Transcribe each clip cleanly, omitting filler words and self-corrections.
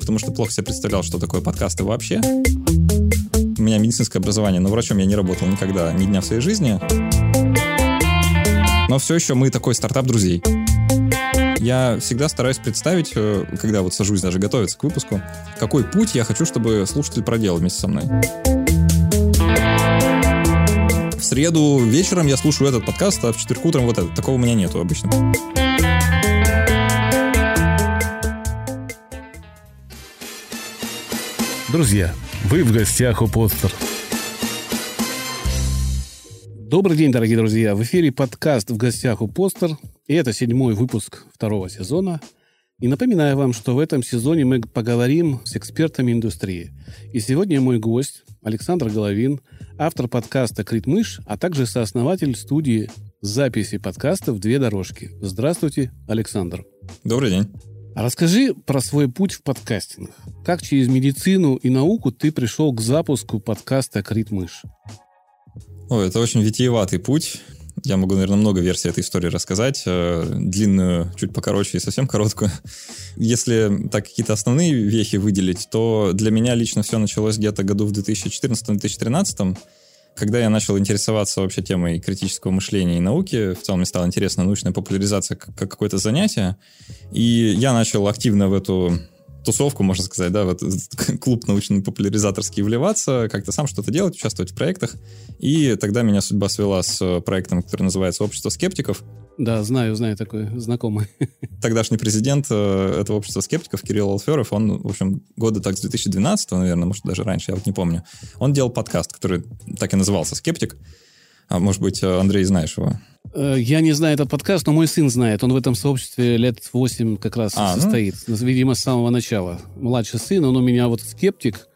потому что плохо себе представлял, что такое подкасты вообще. У меня медицинское образование, но врачом я не работал никогда, ни дня в своей жизни. Но все еще мы такой стартап друзей. Я всегда стараюсь представить, когда вот сажусь даже готовиться к выпуску, какой путь я хочу, чтобы слушатель проделал вместе со мной. В среду вечером я слушаю этот подкаст, а в четверг утром вот этот. Такого у меня нету обычно. Друзья, вы в гостях у Постер. Добрый день, дорогие друзья. В эфире подкаст «В гостях у Постер». И это 7-й выпуск 2-го сезона. И напоминаю вам, что в этом сезоне мы поговорим с экспертами индустрии. И сегодня мой гость Александр Головин, автор подкаста «Критмыш», а также сооснователь студии записи подкастов «Две дорожки». Здравствуйте, Александр. Добрый день. А расскажи про свой путь в подкастинг. Как через медицину и науку ты пришел к запуску подкаста «Критмыш»? Это очень витиеватый путь. Я могу, наверное, много версий этой истории рассказать. Длинную, чуть покороче и совсем короткую. Если так какие-то основные вехи выделить, то для меня лично все началось где-то году в 2014-2013, когда я начал интересоваться вообще темой критического мышления и науки. В целом мне стала интересна научная популяризация как какое-то занятие. И я начал активно в эту тусовку, можно сказать, да, в этот клуб научно-популяризаторский вливаться, как-то сам что-то делать, участвовать в проектах. И тогда меня судьба свела с проектом, который называется «Общество скептиков». Да, знаю такой, знакомый. Тогдашний президент этого общества скептиков, Кирилл Алферов, он, в общем, года так с 2012, наверное, может, даже раньше, я вот не помню, он делал подкаст, который так и назывался «Скептик». А может быть, Андрей, знаешь его? Я не знаю этот подкаст, но мой сын знает. Он в этом сообществе лет 8 как раз состоит. Видимо, с самого начала. Младший сын, он у меня вот скептик.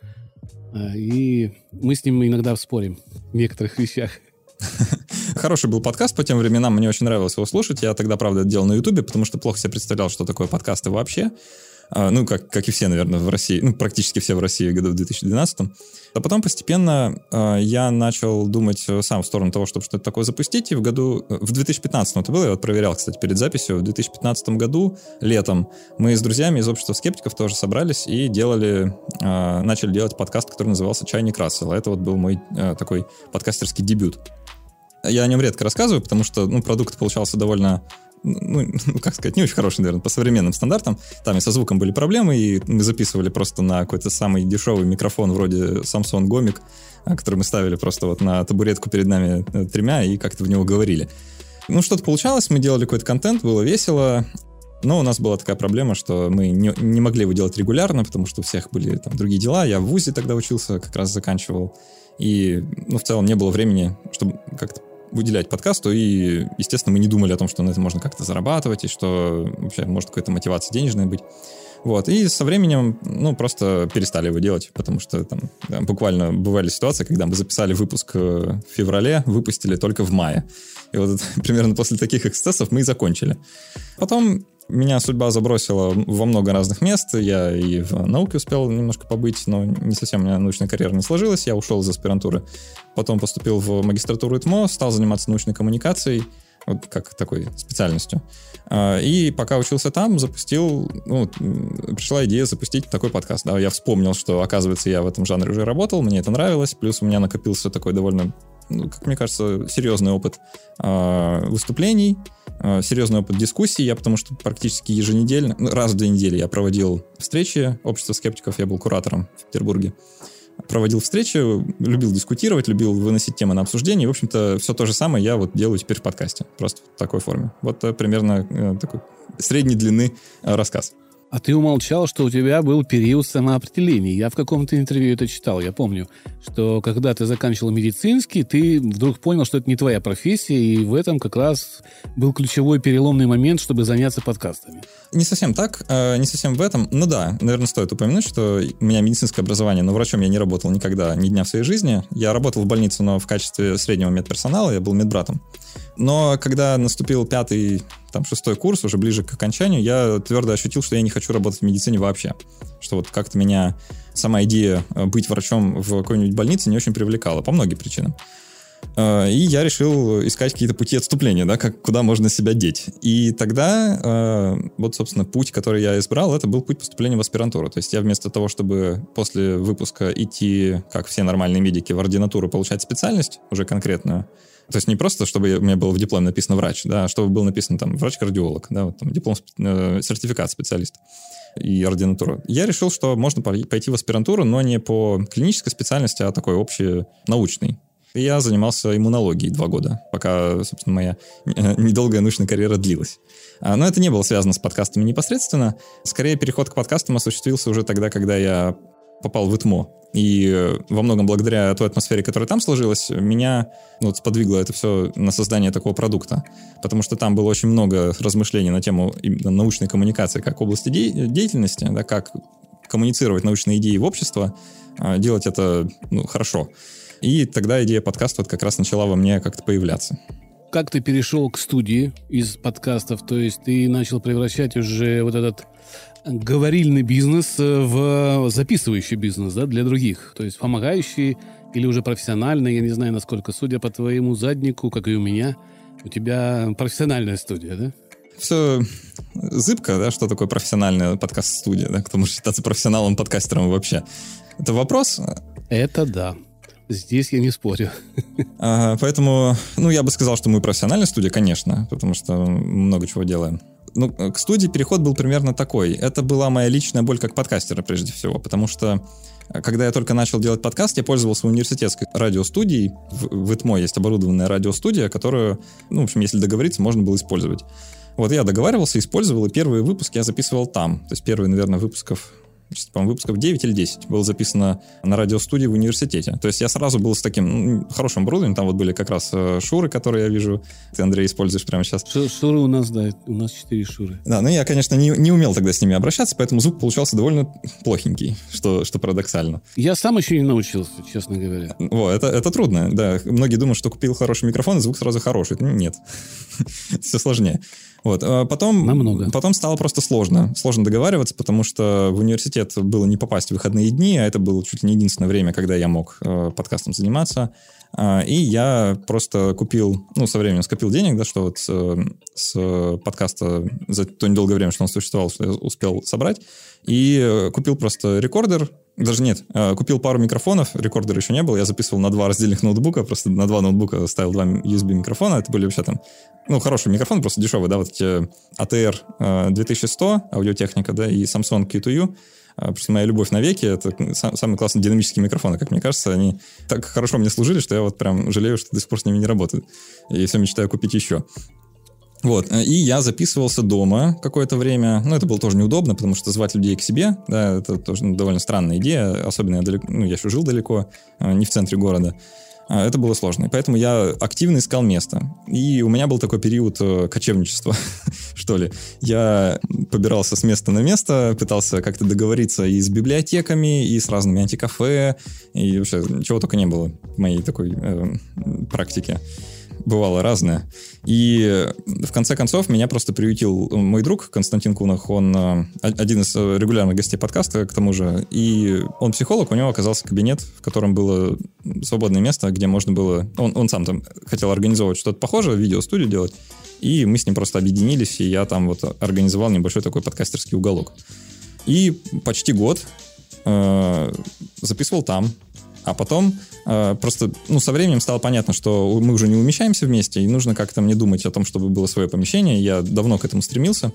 И мы с ним иногда спорим в некоторых вещах. Хороший был подкаст по тем временам. Мне очень нравилось его слушать. Я тогда, правда, это делал на Ютубе, потому что плохо себе представлял, что такое подкасты вообще. Ну, как и все, наверное, в России. Ну, практически все в России году в 2012. А потом постепенно я начал думать сам в сторону того, чтобы что-то такое запустить. И в 2015 это было, я вот проверял, кстати, перед записью. В 2015 году, летом, мы с друзьями из общества скептиков тоже собрались и начали делать подкаст, который назывался «Чайник Рассела». Это вот был мой такой подкастерский дебют. Я о нем редко рассказываю, потому что продукт получался довольно... как сказать, не очень хороший, наверное, по современным стандартам. Там и со звуком были проблемы, и мы записывали просто на какой-то самый дешевый микрофон вроде Samsung Gomik, который мы ставили просто вот на табуретку перед нами тремя и как-то в него говорили. Что-то получалось, мы делали какой-то контент, было весело, но у нас была такая проблема, что мы не могли его делать регулярно, потому что у всех были там другие дела. Я в вузе тогда учился, как раз заканчивал, и в целом не было времени, чтобы как-то уделять подкасту, и, естественно, мы не думали о том, что на это можно как-то зарабатывать, и что вообще может какая-то мотивация денежная быть. Вот, и со временем, просто перестали его делать, потому что там буквально бывали ситуации, когда мы записали выпуск в феврале, выпустили только в мае. И вот примерно после таких эксцессов мы и закончили. Потом меня судьба забросила во много разных мест. Я и в науке успел немножко побыть, но не совсем у меня научная карьера не сложилась. Я ушел из аспирантуры. Потом поступил в магистратуру ИТМО, стал заниматься научной коммуникацией, вот как такой специальностью. И пока учился там, пришла идея запустить такой подкаст. Да, я вспомнил, что, оказывается, я в этом жанре уже работал, мне это нравилось, плюс у меня накопился такой довольно, как мне кажется, серьезный опыт выступлений, серьезный опыт дискуссий. Я потому что практически еженедельно, раз в 2 недели я проводил встречи общества скептиков, я был куратором в Петербурге. Проводил встречи, любил дискутировать, любил выносить темы на обсуждение. И, в общем-то, все то же самое я вот делаю теперь в подкасте. Просто в такой форме. Вот примерно такой средней длины рассказ. А ты умолчал, что у тебя был период самоопределения. Я в каком-то интервью это читал. Я помню, что когда ты заканчивал медицинский, ты вдруг понял, что это не твоя профессия, и в этом как раз был ключевой переломный момент, чтобы заняться подкастами. Не совсем так, не совсем в этом. Ну да, наверное, стоит упомянуть, что у меня медицинское образование, но врачом я не работал никогда, ни дня в своей жизни. Я работал в больнице, но в качестве среднего медперсонала, я был медбратом. Но когда наступил 5-й, 6-й курс, уже ближе к окончанию, я твердо ощутил, что я не хочу работать в медицине вообще. Что вот как-то меня сама идея быть врачом в какой-нибудь больнице не очень привлекала, по многим причинам. И я решил искать какие-то пути отступления, да, куда можно себя деть. И тогда, вот, собственно, путь, который я избрал, это был путь поступления в аспирантуру. То есть я вместо того, чтобы после выпуска идти, как все нормальные медики, в ординатуру получать специальность уже конкретную, то есть не просто, чтобы у меня было в дипломе написано врач, да, а чтобы было написано там врач-кардиолог, да, вот, там, диплом, сертификат специалист и ординатура. Я решил, что можно пойти в аспирантуру, но не по клинической специальности, а такой общенаучной. И я занимался иммунологией 2 года, пока, собственно, моя недолгая научная карьера длилась. Но это не было связано с подкастами непосредственно. Скорее, переход к подкастам осуществился уже тогда, когда я попал в ИТМО. И во многом благодаря той атмосфере, которая там сложилась, меня сподвигло это все на создание такого продукта. Потому что там было очень много размышлений на тему именно научной коммуникации как области деятельности, да, как коммуницировать научные идеи в общество, делать это хорошо. И тогда идея подкаста как раз начала во мне как-то появляться. Как ты перешел к студии из подкастов? То есть ты начал превращать уже вот этот говорильный бизнес в записывающий бизнес, да, для других? То есть помогающий или уже профессиональный? Я не знаю, насколько, судя по твоему заднику, как и у меня, у тебя профессиональная студия, да? Все зыбко, да, что такое профессиональная подкаст-студия, да? Кто может считаться профессионалом-подкастером вообще? Это вопрос? Это да. Здесь я не спорю. Поэтому, я бы сказал, что мы профессиональная студия, конечно, потому что много чего делаем. К студии переход был примерно такой. Это была моя личная боль как подкастера, прежде всего, потому что, когда я только начал делать подкаст, я пользовался университетской радиостудией. В ИТМО есть оборудованная радиостудия, которую, в общем, если договориться, можно было использовать. Вот я договаривался, использовал, и первые выпуски я записывал там. То есть первые, наверное, выпусков 9 или 10 было записано на радиостудии в университете. То есть я сразу был с таким хорошим оборудованием. Там вот были как раз шуры, которые я вижу, ты, Андрей, используешь прямо сейчас. Шуры у нас, да, у нас 4 шуры. Да, я, конечно, не умел тогда с ними обращаться, поэтому звук получался довольно плохенький, что парадоксально. Я сам еще не научился, честно говоря. Это трудно, да. Многие думают, что купил хороший микрофон, и звук сразу хороший. Нет, все сложнее. Потом стало просто сложно договариваться, потому что в университет было не попасть в выходные дни, а это было чуть ли не единственное время, когда я мог подкастом заниматься. И я просто со временем скопил денег, да, что вот с подкаста за то недолгое время, что он существовал, что я успел собрать, и купил просто рекордер. Даже нет, купил пару микрофонов, рекордера еще не было, я записывал на 2 раздельных ноутбука, просто на 2 ноутбука ставил 2 USB микрофона, это были вообще там, хороший микрофон, просто дешевый, да, вот эти ATR 2100, аудиотехника, да, и Samsung Q2U, просто моя любовь навеки, это самые классные динамические микрофоны, как мне кажется, они так хорошо мне служили, что я вот прям жалею, что до сих пор с ними не работаю, и все мечтаю купить еще. И я записывался дома какое-то время. Это было тоже неудобно, потому что звать людей к себе, да, это тоже довольно странная идея, особенно я еще жил далеко, не в центре города. Это было сложно, и поэтому я активно искал место. И у меня был такой период кочевничества, что ли. Я побирался с места на место, пытался как-то договориться и с библиотеками, и с разными антикафе, и вообще чего только не было в моей такой практике. Бывало разное. И в конце концов меня просто приютил мой друг Константин Кунах. Он один из регулярных гостей подкаста, к тому же. И он психолог, у него оказался кабинет, в котором было свободное место, где можно было... Он сам там хотел организовывать что-то похожее, видеостудию делать. И мы с ним просто объединились, и я там вот организовал небольшой такой подкастерский уголок. И почти год записывал там. А потом просто, со временем стало понятно, что мы уже не умещаемся вместе, и нужно как-то мне думать о том, чтобы было свое помещение. Я давно к этому стремился.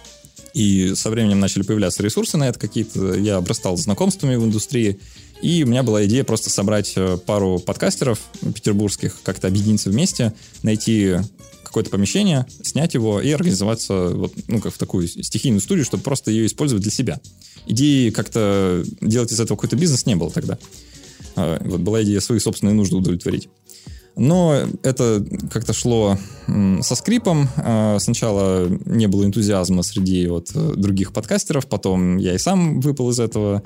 И со временем начали появляться ресурсы на это какие-то. Я обрастал знакомствами в индустрии. И у меня была идея просто собрать пару подкастеров петербургских, как-то объединиться вместе, найти какое-то помещение, снять его и организоваться как в такую стихийную студию, чтобы просто ее использовать для себя. Идеи как-то делать из этого какой-то бизнес не было тогда. Была идея свои собственные нужды удовлетворить. Но это как-то шло со скрипом. Сначала не было энтузиазма среди других подкастеров, потом я и сам выпал из этого.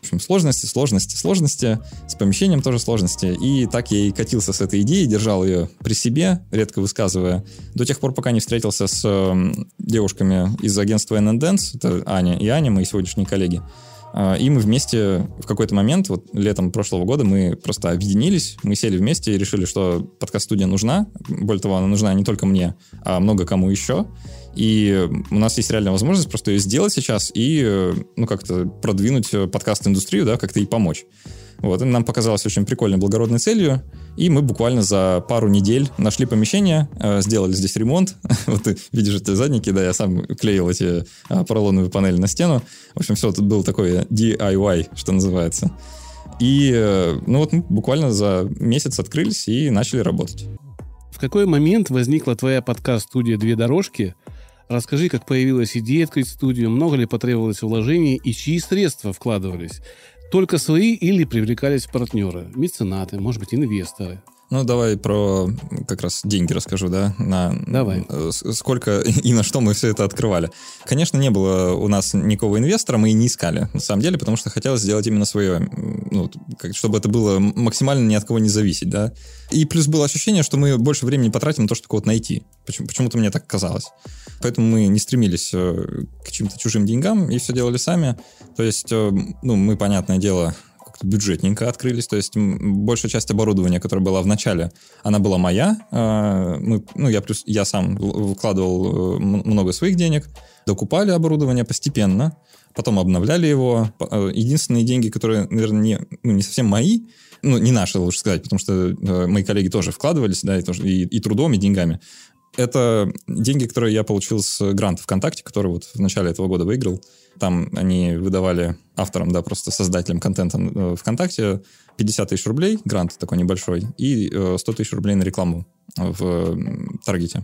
В общем, сложности. С помещением тоже сложности. И так я и катился с этой идеей, держал ее при себе, редко высказывая, до тех пор, пока не встретился с девушками из агентства N&Dance, это Аня и Аня, мои сегодняшние коллеги. И мы вместе в какой-то момент, вот летом прошлого года, мы просто объединились, мы сели вместе и решили, что подкаст-студия нужна. Более того, она нужна не только мне, а много кому еще. И у нас есть реальная возможность просто ее сделать сейчас и, как-то продвинуть подкаст-индустрию, да, как-то ей помочь. Вот, и нам показалось очень прикольной, благородной целью, и мы буквально за пару недель нашли помещение, сделали здесь ремонт. Вот ты видишь эти задники, да, я сам клеил эти поролоновые панели на стену. В общем, все, тут был такой DIY, что называется. И, мы буквально за месяц открылись и начали работать. В какой момент возникла твоя подкаст-студия «Две дорожки»? Расскажи, как появилась идея открыть студию, много ли потребовалось вложений и чьи средства вкладывались? Только свои или привлекались партнеры, меценаты, может быть, инвесторы? Давай про как раз деньги расскажу, да? Давай. Сколько и на что мы все это открывали. Конечно, не было у нас никакого инвестора, мы и не искали, на самом деле, потому что хотелось сделать именно свое, чтобы это было максимально ни от кого не зависеть, да? И плюс было ощущение, что мы больше времени потратим на то, чтобы кого-то найти. Почему-то мне так казалось. Поэтому мы не стремились к чьим-то чужим деньгам и все делали сами. То есть, мы, понятное дело, бюджетненько открылись, то есть большая часть оборудования, которое было в начале, она была моя. Я сам вкладывал много своих денег, докупали оборудование постепенно, потом обновляли его. Единственные деньги, которые, наверное, не совсем мои, не наши, лучше сказать, потому что мои коллеги тоже вкладывались, да, и трудом, и деньгами. Это деньги, которые я получил с гранта ВКонтакте, который вот в начале этого года выиграл. Там они выдавали авторам, да, просто создателям контента ВКонтакте 50 тысяч рублей, грант такой небольшой, и 100 тысяч рублей на рекламу в Таргете.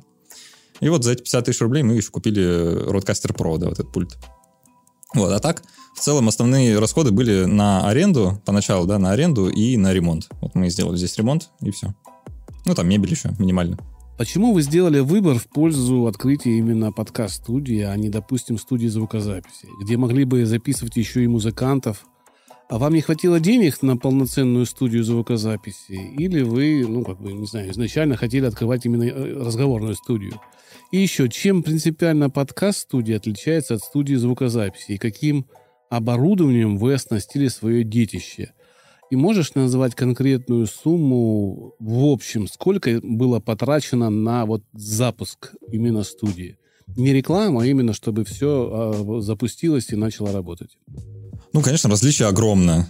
И вот за эти 50 тысяч рублей мы еще купили Rodecaster Pro, да, вот этот пульт. Вот, а так, в целом, основные расходы были на аренду, поначалу, да, на аренду и на ремонт. Вот мы сделали здесь ремонт, и все. Там мебель еще минимально. Почему вы сделали выбор в пользу открытия именно подкаст-студии, а не, допустим, студии звукозаписи, где могли бы записывать еще и музыкантов? А вам не хватило денег на полноценную студию звукозаписи? Или вы, изначально хотели открывать именно разговорную студию? И еще, чем принципиально подкаст-студия отличается от студии звукозаписи? И каким оборудованием вы оснастили свое детище? И можешь назвать конкретную сумму в общем, сколько было потрачено на запуск именно студии? Не реклама, а именно чтобы все запустилось и начало работать. Конечно, различие огромное.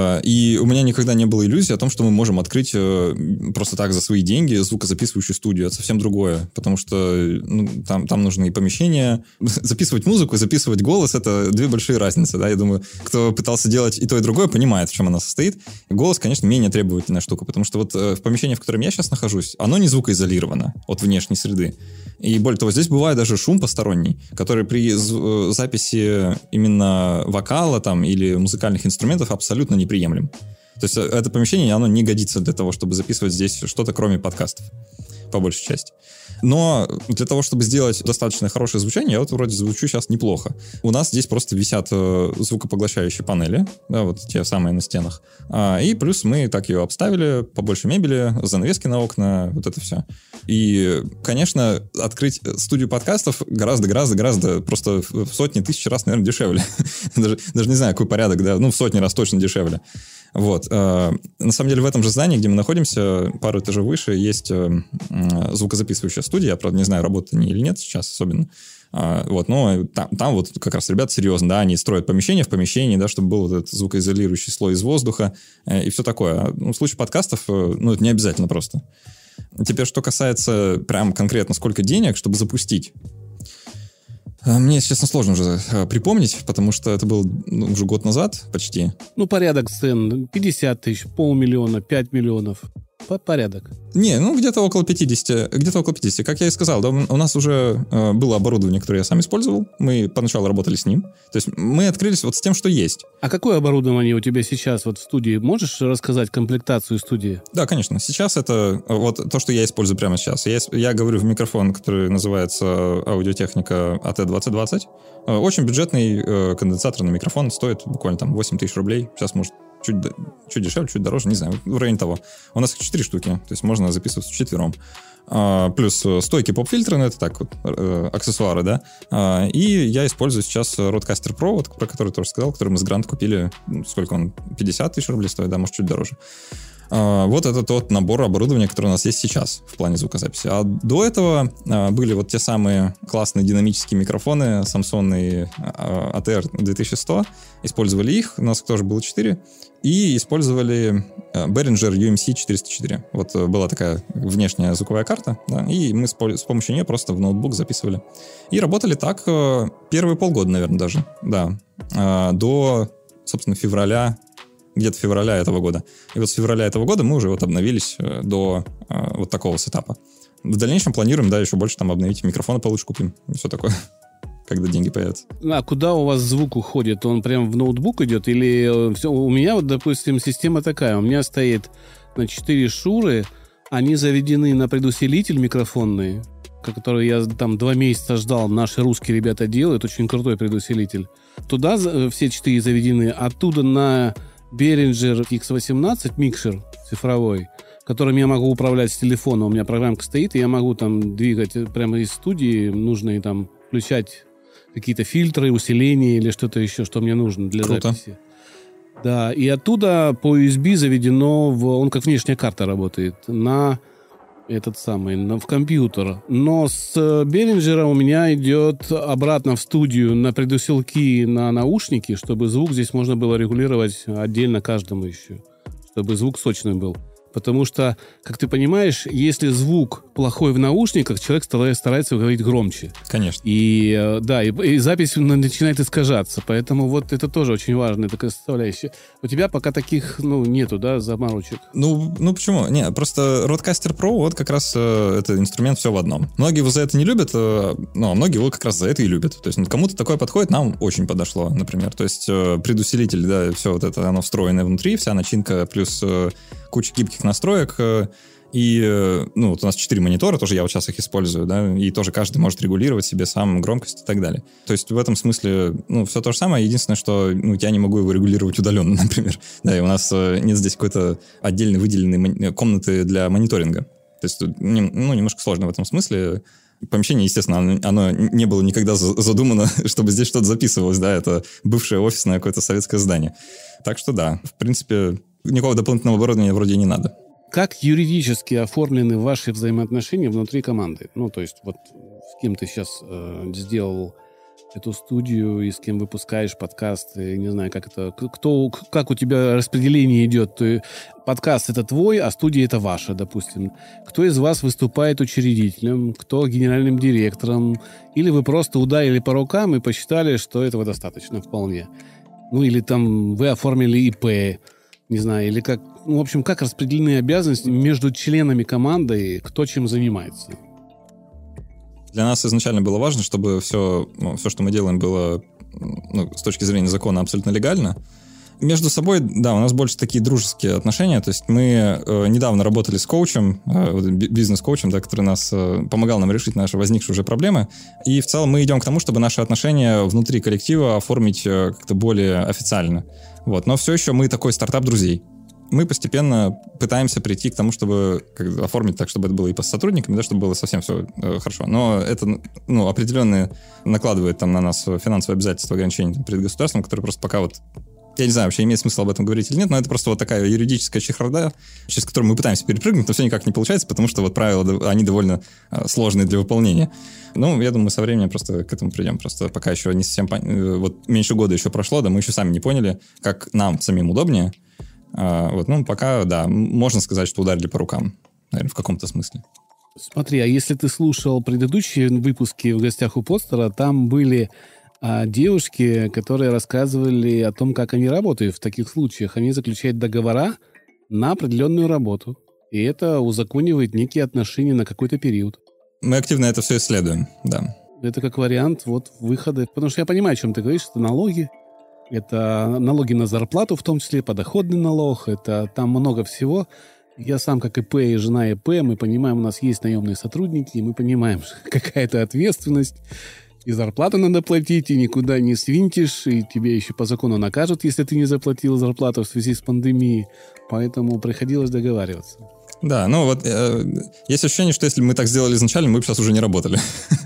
И у меня никогда не было иллюзии о том, что мы можем открыть просто так за свои деньги звукозаписывающую студию. Это совсем другое. Потому что там нужны и помещения. Записывать музыку и записывать голос — это две большие разницы. Да? Я думаю, кто пытался делать и то, и другое, понимает, в чем она состоит. Голос, конечно, менее требовательная штука. Потому что в помещении, в котором я сейчас нахожусь, оно не звукоизолировано от внешней среды. И более того, здесь бывает даже шум посторонний, который при записи именно вокала или музыкальных инструментов абсолютно неприемлем. То есть это помещение, оно не годится для того, чтобы записывать здесь что-то, кроме подкастов, по большей части. Но для того, чтобы сделать достаточно хорошее звучание, я вроде звучу сейчас неплохо. У нас здесь просто висят звукопоглощающие панели, да, вот те самые на стенах. И плюс мы так ее обставили, побольше мебели, занавески на окна, вот это все. И, конечно, открыть студию подкастов гораздо просто в сотни тысяч раз, наверное, дешевле. Даже не знаю, какой порядок, да, в сотни раз точно дешевле. Вот. На самом деле в этом же здании, где мы находимся, пару этажей выше, есть звукозаписывающая студия. Я, правда, не знаю, работает они или нет сейчас особенно. Но там вот как раз ребята серьезно, да, они строят помещение в помещении, да, чтобы был вот этот звукоизолирующий слой из воздуха и все такое. В случае подкастов, это не обязательно просто. Теперь, что касается прям конкретно сколько денег, чтобы запустить. Мне, если честно, сложно уже припомнить, потому что это был уже год назад почти. Порядок цен. 50 тысяч, 500 000, 5 миллионов. порядок? Не, где-то около 50. Где-то около 50. Как я и сказал, да, у нас уже было оборудование, которое я сам использовал. Мы поначалу работали с ним. То есть мы открылись вот с тем, что есть. А какое оборудование у тебя сейчас вот в студии? Можешь рассказать комплектацию студии? Да, конечно. Сейчас это вот то, что я использую прямо сейчас. Я говорю в микрофон, который называется Audio-Technica AT2020. Очень бюджетный конденсаторный микрофон. Стоит буквально там 8 тысяч рублей. Сейчас, может, чуть дешевле, чуть дороже, не знаю, в районе того. У нас их 4 штуки, то есть можно записываться вчетвером. Плюс стойки поп-фильтры, это так вот, аксессуары, да. И я использую сейчас Rodecaster Pro, вот, про который тоже сказал, который мы с Грант купили, сколько он, 50 тысяч рублей стоит, да, может, чуть дороже. Вот это тот набор оборудования, который у нас есть сейчас в плане звукозаписи. А до этого были вот те самые классные динамические микрофоны Samsung ATR 2100. Использовали их, у нас тоже было 4. И использовали Behringer UMC 404. Вот была такая внешняя звуковая карта, да, и мы с помощью нее просто в ноутбук записывали. И работали так первые полгода, наверное, даже, да, до, собственно, где-то февраля этого года. И вот с февраля этого года мы уже вот обновились до вот такого сетапа. В дальнейшем планируем, да, еще больше там обновить, микрофоны получше купим, и все такое, когда деньги появятся. А куда у вас звук уходит? Он прям в ноутбук идет? Или все? У меня вот, допустим, система такая. У меня стоит на 4 шуры, они заведены на предусилитель микрофонный, который я там 2 месяца ждал. Наши русские ребята делают, очень крутой предусилитель. Туда все 4 заведены, оттуда на Behringer X18 микшер цифровой, которым я могу управлять с телефона. У меня программка стоит, и я могу там двигать прямо из студии нужные там включать какие-то фильтры, усиления или что-то еще, что мне нужно для записи. Да, и оттуда по USB заведено, он как внешняя карта работает, на в компьютер. Но с Behringer у меня идет обратно в студию на предусилки на наушники, чтобы звук здесь можно было регулировать отдельно каждому еще, чтобы звук сочный был. Потому что, как ты понимаешь, если звук плохой в наушниках, человек старается говорить громче. Конечно. И да, и запись начинает искажаться. Поэтому вот это тоже очень важная такая составляющая. У тебя пока таких, нету, да, заморочек? Ну почему? Не, просто Rodecaster Pro, вот как раз это инструмент все в одном. Многие его за это не любят, но многие его как раз за это и любят. То есть кому-то такое подходит, нам очень подошло, например. То есть предусилитель, да, все вот это, оно встроенное внутри, вся начинка, плюс куча гибких настроек, и, вот у нас 4 монитора, тоже я вот сейчас их использую, да, и тоже каждый может регулировать себе сам громкость и так далее. То есть в этом смысле, все то же самое, единственное, что, я не могу его регулировать удаленно, например, да, и у нас нет здесь какой-то отдельно выделенной комнаты для мониторинга. То есть, немножко сложно в этом смысле. Помещение, естественно, оно не было никогда задумано, чтобы здесь что-то записывалось, да, это бывшее офисное какое-то советское здание. Так что да, в принципе, никакого дополнительного оборудования вроде не надо. Как юридически оформлены ваши взаимоотношения внутри команды? То есть вот с кем ты сейчас сделал эту студию и с кем выпускаешь подкасты, не знаю, как это, как у тебя распределение идет? Подкаст это твой, а студия это ваша, допустим. Кто из вас выступает учредителем, кто генеральным директором, или вы просто ударили по рукам и посчитали, что этого достаточно вполне? Или там вы оформили ИП, не знаю, или как, в общем, как распределены обязанности между членами команды, кто чем занимается? Для нас изначально было важно, чтобы все, что мы делаем, было с точки зрения закона абсолютно легально. Между собой, да, у нас больше такие дружеские отношения. То есть мы недавно работали с коучем, бизнес-коучем, да, который помогал нам решить наши возникшие уже проблемы. И в целом мы идем к тому, чтобы наши отношения внутри коллектива оформить как-то более официально. Но все еще мы такой стартап друзей. Мы постепенно пытаемся прийти к тому, чтобы оформить так, чтобы это было и по сотрудникам, да, чтобы было совсем все хорошо. Но это определенные накладывает на нас финансовые обязательства, ограничения перед государством, которые просто пока я не знаю, вообще имеет смысл об этом говорить или нет, но это просто такая юридическая чехарда, через которую мы пытаемся перепрыгнуть, но все никак не получается, потому что правила, они довольно сложные для выполнения. Я думаю, со временем просто к этому придем. Просто пока еще не совсем... меньше года еще прошло, да, мы еще сами не поняли, как нам самим удобнее. Пока, да, можно сказать, что ударили по рукам, наверное, в каком-то смысле. Смотри, а если ты слушал предыдущие выпуски в гостях у Постера, там были девушки, которые рассказывали о том, как они работают в таких случаях. Они заключают договора на определенную работу. И это узаконивает некие отношения на какой-то период. Мы активно это все исследуем, да. Это как вариант выхода. Потому что я понимаю, о чем ты говоришь. Это налоги. Это налоги на зарплату, в том числе подоходный налог. Это там много всего. Я сам как ИП и жена ИП, мы понимаем, у нас есть наемные сотрудники, и мы понимаем, какая-то ответственность. И зарплату надо платить, и никуда не свинтишь, и тебе еще по закону накажут, если ты не заплатил зарплату в связи с пандемией. Поэтому приходилось договариваться. Да, есть ощущение, что если бы мы так сделали изначально, мы бы сейчас уже не работали.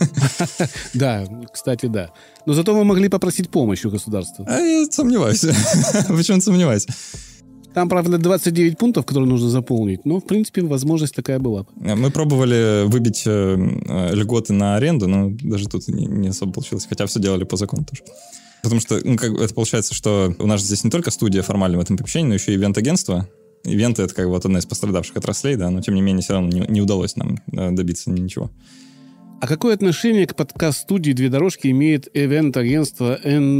Да, кстати, да. Но зато мы могли попросить помощи у государства. А я сомневаюсь. Почему сомневаюсь? Там, правда, 29 пунктов, которые нужно заполнить, но, в принципе, возможность такая была. Мы пробовали выбить льготы на аренду, но даже тут не особо получилось, хотя все делали по закону тоже. Потому что это получается, что у нас здесь не только студия формально в этом помещении, но еще и ивент-агентство. Ивенты — это одна из пострадавших отраслей, да, но тем не менее все равно не удалось нам добиться ничего. А какое отношение к подкаст-студии «Две дорожки» имеет ивент-агентство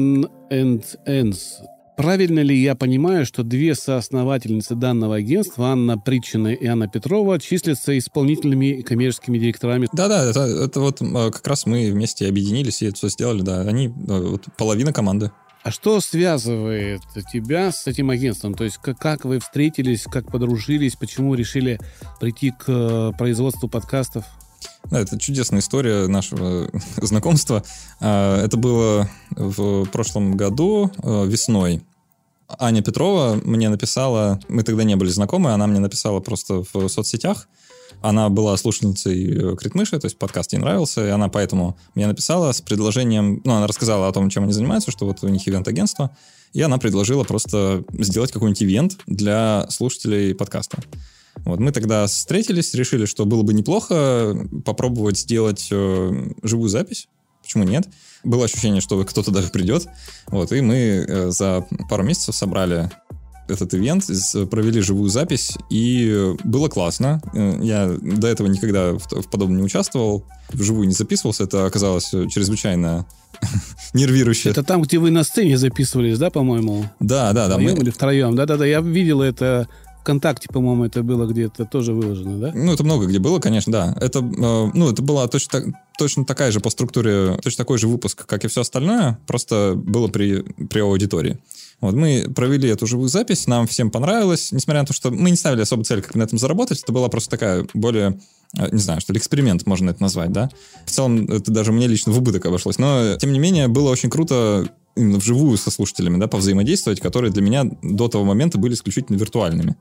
N&N's? Правильно ли я понимаю, что две соосновательницы данного агентства, Анна Притчина и Анна Петрова, числятся исполнительными и коммерческими директорами? Да, это как раз мы вместе объединились и это все сделали, да. Они половина команды. А что связывает тебя с этим агентством? То есть как вы встретились, как подружились, почему решили прийти к производству подкастов? Да, это чудесная история нашего знакомства. Это было в прошлом году, весной. Аня Петрова мне написала, мы тогда не были знакомы, она мне написала просто в соцсетях. Она была слушательницей Критмыша, то есть подкаст ей нравился, и она поэтому мне написала с предложением, она рассказала о том, чем они занимаются, что у них ивент-агентство, и она предложила просто сделать какой-нибудь ивент для слушателей подкаста. Мы тогда встретились, решили, что было бы неплохо попробовать сделать живую запись. Почему нет? Было ощущение, что кто-то даже придет. И мы за пару месяцев собрали этот ивент, провели живую запись, и было классно. Я до этого никогда в подобном не участвовал, вживую не записывался. Это оказалось чрезвычайно нервирующе. Это там, где вы на сцене записывались, да, по-моему? Да. Вдвоем или втроем? Да, я видел это... ВКонтакте, по-моему, это было где-то тоже выложено, да? Это много где было, конечно, да. Это была точно такая же по структуре, точно такой же выпуск, как и все остальное, просто было при аудитории. Мы провели эту живую запись, нам всем понравилось, несмотря на то, что мы не ставили особо цель, как на этом заработать, это была просто такая более, не знаю, что ли, эксперимент, можно это назвать, да. В целом, это даже мне лично в убыток обошлось, но, тем не менее, было очень круто именно вживую со слушателями, да, повзаимодействовать, которые для меня до того момента были исключительно виртуальными.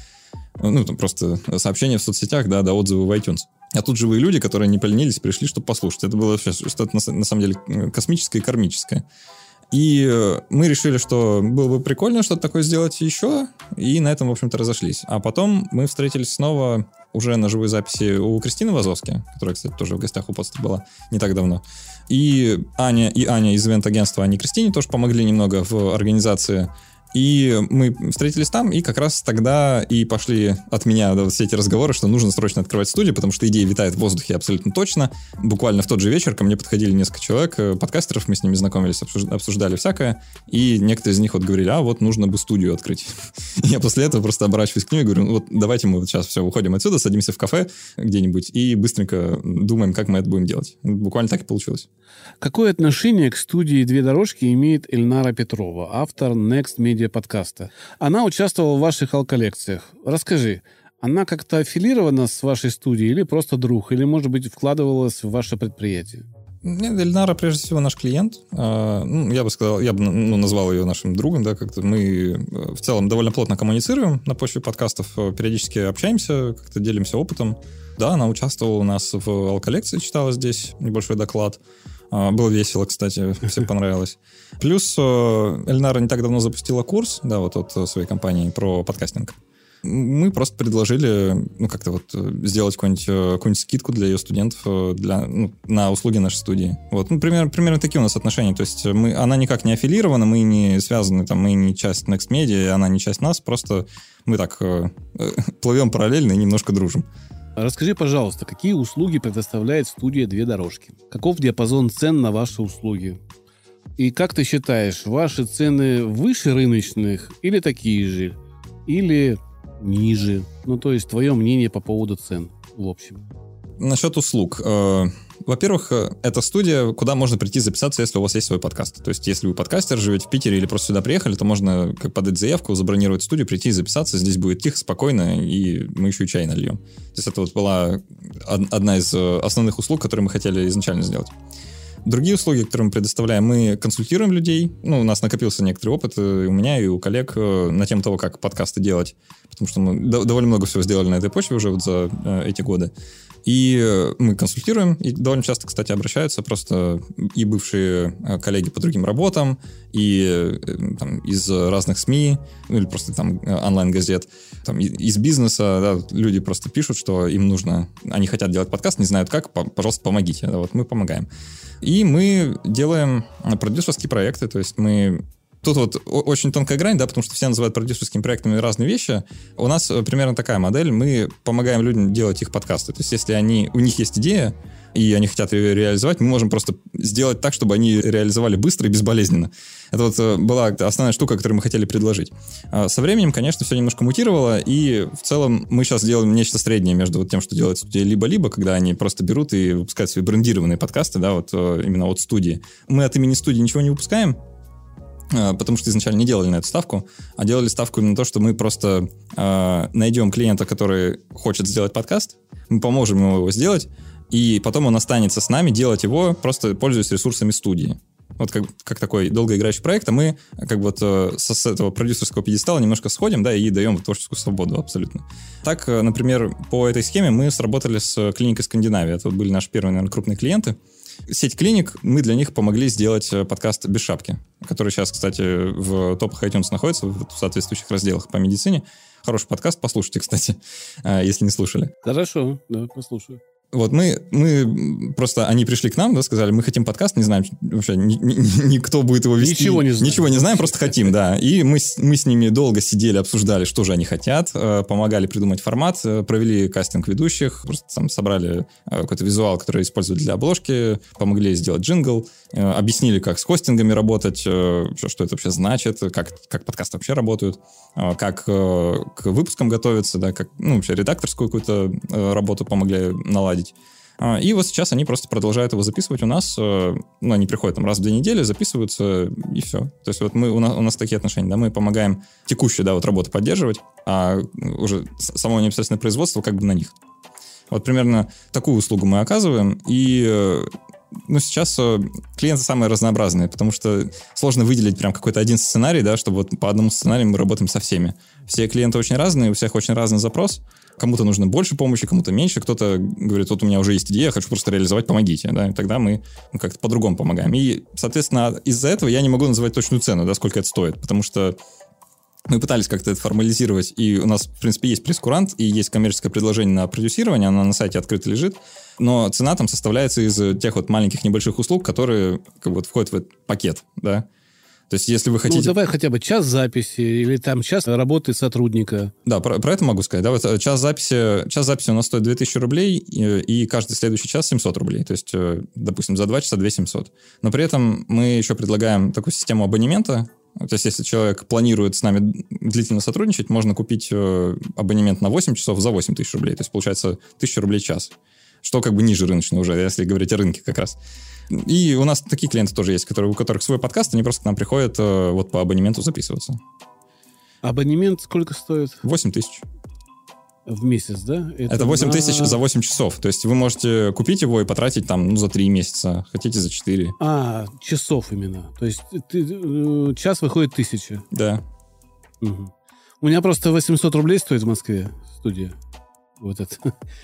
Там просто сообщения в соцсетях, да, отзывы в iTunes. А тут живые люди, которые не поленились, пришли, чтобы послушать. Это было что-то, на самом деле, космическое и кармическое. И мы решили, что было бы прикольно что-то такое сделать еще, и на этом, в общем-то, разошлись. А потом мы встретились снова уже на живой записи у Кристины Вазовски, которая, кстати, тоже в гостях у Подстера была не так давно. И Аня из ивент-агентства, они Кристине тоже помогли немного в организации. И мы встретились там, и как раз тогда и пошли от меня все эти разговоры, что нужно срочно открывать студию, потому что идея витает в воздухе абсолютно точно. Буквально в тот же вечер ко мне подходили несколько человек, подкастеров, мы с ними знакомились, обсуждали всякое, и некоторые из них говорили, нужно бы студию открыть. Я после этого просто оборачиваюсь к ним и говорю, давайте мы сейчас все уходим отсюда, садимся в кафе где-нибудь и быстренько думаем, как мы это будем делать. Буквально так и получилось. Какое отношение к студии «Две дорожки» имеет Эльнара Петрова, автор Next Media подкаста? Она участвовала в ваших алколлекциях. Расскажи, она как-то аффилирована с вашей студией или просто друг, или, может быть, вкладывалась в ваше предприятие? Нет, Эльнара, прежде всего, наш клиент. Я бы назвал ее нашим другом, да, как-то мы в целом довольно плотно коммуницируем на почве подкастов, периодически общаемся, как-то делимся опытом. Да, она участвовала у нас в алколлекции, читала здесь небольшой доклад. Было весело, кстати, всем понравилось. Плюс Эльнара не так давно запустила курс, да, от своей компании про подкастинг. Мы просто предложили, сделать какую-нибудь скидку для ее студентов на услуги нашей студии. Примерно такие у нас отношения. То есть она никак не аффилирована, мы не связаны, мы не часть Next Media, она не часть нас, просто мы так плывем параллельно и немножко дружим. Расскажи, пожалуйста, какие услуги предоставляет студия «Две дорожки»? Каков диапазон цен на ваши услуги? И как ты считаешь, ваши цены выше рыночных или такие же? Или ниже? Ну, то есть твое мнение по поводу цен, в общем. Насчет услуг. Во-первых, это студия, куда можно прийти записаться, если у вас есть свой подкаст. То есть, если вы подкастер, живете в Питере или просто сюда приехали, то можно как подать заявку, забронировать студию, прийти и записаться. Здесь будет тихо, спокойно, и мы еще и чай нальем. То есть, это вот была одна из основных услуг, которые мы хотели изначально сделать. Другие услуги, которые мы предоставляем, мы консультируем людей. Ну, у нас накопился некоторый опыт, и у меня, и у коллег, на тему того, как подкасты делать. Потому что мы довольно много всего сделали на этой почве уже вот за эти годы. И мы консультируем, и довольно часто, кстати, обращаются просто и бывшие коллеги по другим работам, и там, из разных СМИ, ну, или просто там онлайн-газет, там, из бизнеса, да, люди просто пишут, что им нужно, они хотят делать подкаст, не знают как, пожалуйста, помогите. Да, вот мы помогаем. И мы делаем продюсерские проекты, то есть мы... Тут вот очень тонкая грань, да, потому что все называют продюсерскими проектами разные вещи. У нас примерно такая модель. Мы помогаем людям делать их подкасты. То есть если у них есть идея, и они хотят ее реализовать, мы можем просто сделать так, чтобы они реализовали быстро и безболезненно. Это вот была основная штука, которую мы хотели предложить. Со временем, конечно, все немножко мутировало, и в целом мы сейчас делаем нечто среднее между вот тем, что делает студия «Либо-либо», когда они просто берут и выпускают свои брендированные подкасты, да, вот именно от студии. Мы от имени студии ничего не выпускаем, потому что изначально не делали на эту ставку, а делали ставку именно на то, что мы просто найдем клиента, который хочет сделать подкаст, мы поможем ему его сделать, и потом он останется с нами делать его, просто пользуясь ресурсами студии. Вот как такой долгоиграющий проект, а мы как бы вот с этого продюсерского пьедестала немножко сходим, да, и даем творческую свободу абсолютно. Так, например, по этой схеме мы сработали с клиникой Скандинавия. Это были наши первые, наверное, крупные клиенты. Сеть клиник, мы для них помогли сделать подкаст «Без шапки», который сейчас, кстати, в топах iTunes находится, в соответствующих разделах по медицине. Хороший подкаст, послушайте, кстати, если не слушали. Хорошо, да, послушаю. Вот мы просто, они пришли к нам, да, сказали, мы хотим подкаст, не знаем вообще, никто будет его вести. Ничего не знаем, просто хотим, да. И мы с ними долго сидели, обсуждали, что же они хотят, помогали придумать формат, провели кастинг ведущих, просто там собрали какой-то визуал, который используют для обложки, помогли сделать джингл, объяснили, как с хостингами работать, что это вообще значит, как подкасты вообще работают, как к выпускам готовиться, да, как, ну, вообще редакторскую какую-то работу помогли наладить. И вот сейчас они просто продолжают его записывать у нас. Ну, они приходят там раз в 2 недели, записываются, и все. То есть вот у нас такие отношения, да, мы помогаем текущую, да, вот работу поддерживать, а уже само непосредственное производство как бы на них. Вот примерно такую услугу мы оказываем, и ну, сейчас клиенты самые разнообразные, потому что сложно выделить прям какой-то один сценарий, да, чтобы вот по одному сценарию мы работаем со всеми. Все клиенты очень разные, у всех очень разный запрос. Кому-то нужно больше помощи, кому-то меньше. Кто-то говорит, вот у меня уже есть идея, я хочу просто реализовать, помогите. Да? И тогда мы как-то по-другому помогаем. И, соответственно, из-за этого я не могу называть точную цену, да, сколько это стоит, потому что мы пытались как-то это формализировать, и у нас, в принципе, есть пресс-курант, и есть коммерческое предложение на продюсирование, оно на сайте открыто лежит, но цена там составляется из тех вот маленьких небольших услуг, которые как бы вот входят в этот пакет, да. То есть, если вы хотите... Ну, давай хотя бы час записи или там час работы сотрудника. Да, про это могу сказать. Да, вот час записи у нас стоит 2000 рублей, и каждый следующий час 700 рублей. То есть, допустим, за 2 часа 2700. Но при этом мы еще предлагаем такую систему абонемента. То есть, если человек планирует с нами длительно сотрудничать, можно купить абонемент на 8 часов за 8000 рублей. То есть, получается, 1000 рублей в час. Что как бы ниже рыночного уже, если говорить о рынке как раз. И у нас такие клиенты тоже есть, у которых свой подкаст, они просто к нам приходят вот по абонементу записываться. Абонемент сколько стоит? 8000. В месяц, да? Это 8000 за 8 часов. То есть вы можете купить его и потратить там, за 3 месяца. Хотите за 4. Часов именно. То есть час выходит 1000. Да. Угу. У меня просто 800 рублей стоит в Москве студия. Вот это.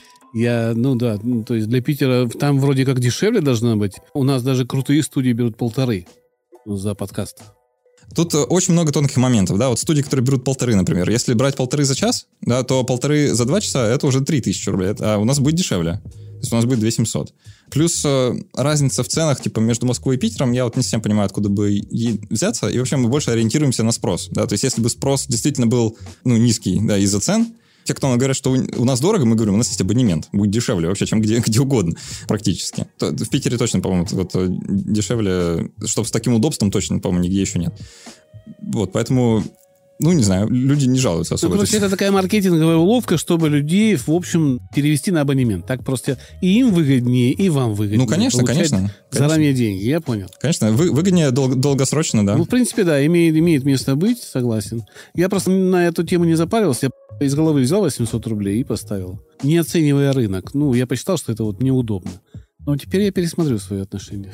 То есть для Питера там вроде как дешевле должно быть. У нас даже крутые студии берут 1500 за подкаст. Тут очень много тонких моментов, да, вот студии, которые берут 1500, например. Если брать 1500 за час, да, то 1500 за 2 часа это уже 3000 рублей, а у нас будет дешевле. То есть у нас будет 2700. Плюс разница в ценах, типа, между Москвой и Питером, я вот не совсем понимаю, откуда бы ей взяться, и вообще мы больше ориентируемся на спрос, да, то есть если бы спрос действительно был, низкий, да, из-за цен, те, кто говорят, что у нас дорого, мы говорим, у нас есть абонемент, будет дешевле вообще, чем где угодно практически. В Питере точно, по-моему, вот дешевле, чтобы с таким удобством точно, по-моему, нигде еще нет. Вот, поэтому Ну, не знаю, люди не жалуются особо. Ну, короче, это такая маркетинговая уловка, чтобы людей, в общем, перевести на абонемент. Так просто и им выгоднее, и вам выгоднее. Ну, конечно. Заранее деньги, я понял. Конечно, выгоднее долгосрочно, да. Ну, в принципе, да, имеет место быть, согласен. Я просто на эту тему не запарился. Я из головы взял 800 рублей и поставил. Не оценивая рынок. Ну, я посчитал, что это вот неудобно. Но теперь я пересмотрю свои отношения.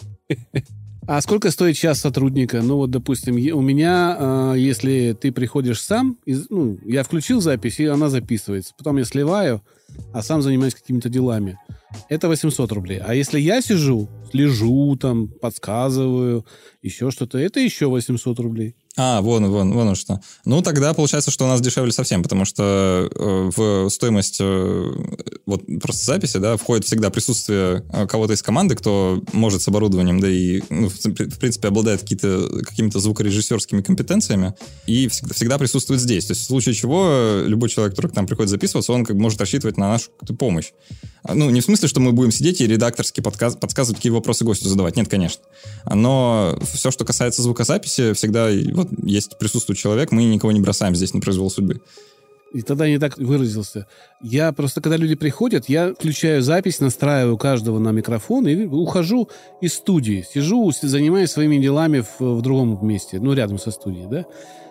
А сколько стоит час сотрудника? Ну, вот, допустим, у меня, если ты приходишь сам, я включил запись, и она записывается. Потом я сливаю, а сам занимаюсь какими-то делами. Это 800 рублей. А если я слежу, там, подсказываю, еще что-то, это еще 800 рублей. Вон что. Ну, тогда получается, что у нас дешевле совсем, потому что в стоимость вот просто записи, да, входит всегда присутствие кого-то из команды, кто может с оборудованием, да, и, в принципе, обладает какими-то звукорежиссерскими компетенциями, и всегда присутствует здесь. То есть в случае чего любой человек, который к нам приходит записываться, он может рассчитывать на нашу помощь. Ну, не в смысле, что мы будем сидеть и редакторски подсказывать, какие вопросы гостю задавать. Нет, конечно. Но все, что касается звукозаписи, всегда вот присутствует человек, мы никого не бросаем здесь на произвол судьбы. И тогда не так выразился. Я просто, когда люди приходят, я включаю запись, настраиваю каждого на микрофон и ухожу из студии. Сижу, занимаюсь своими делами в другом месте, рядом со студией, да.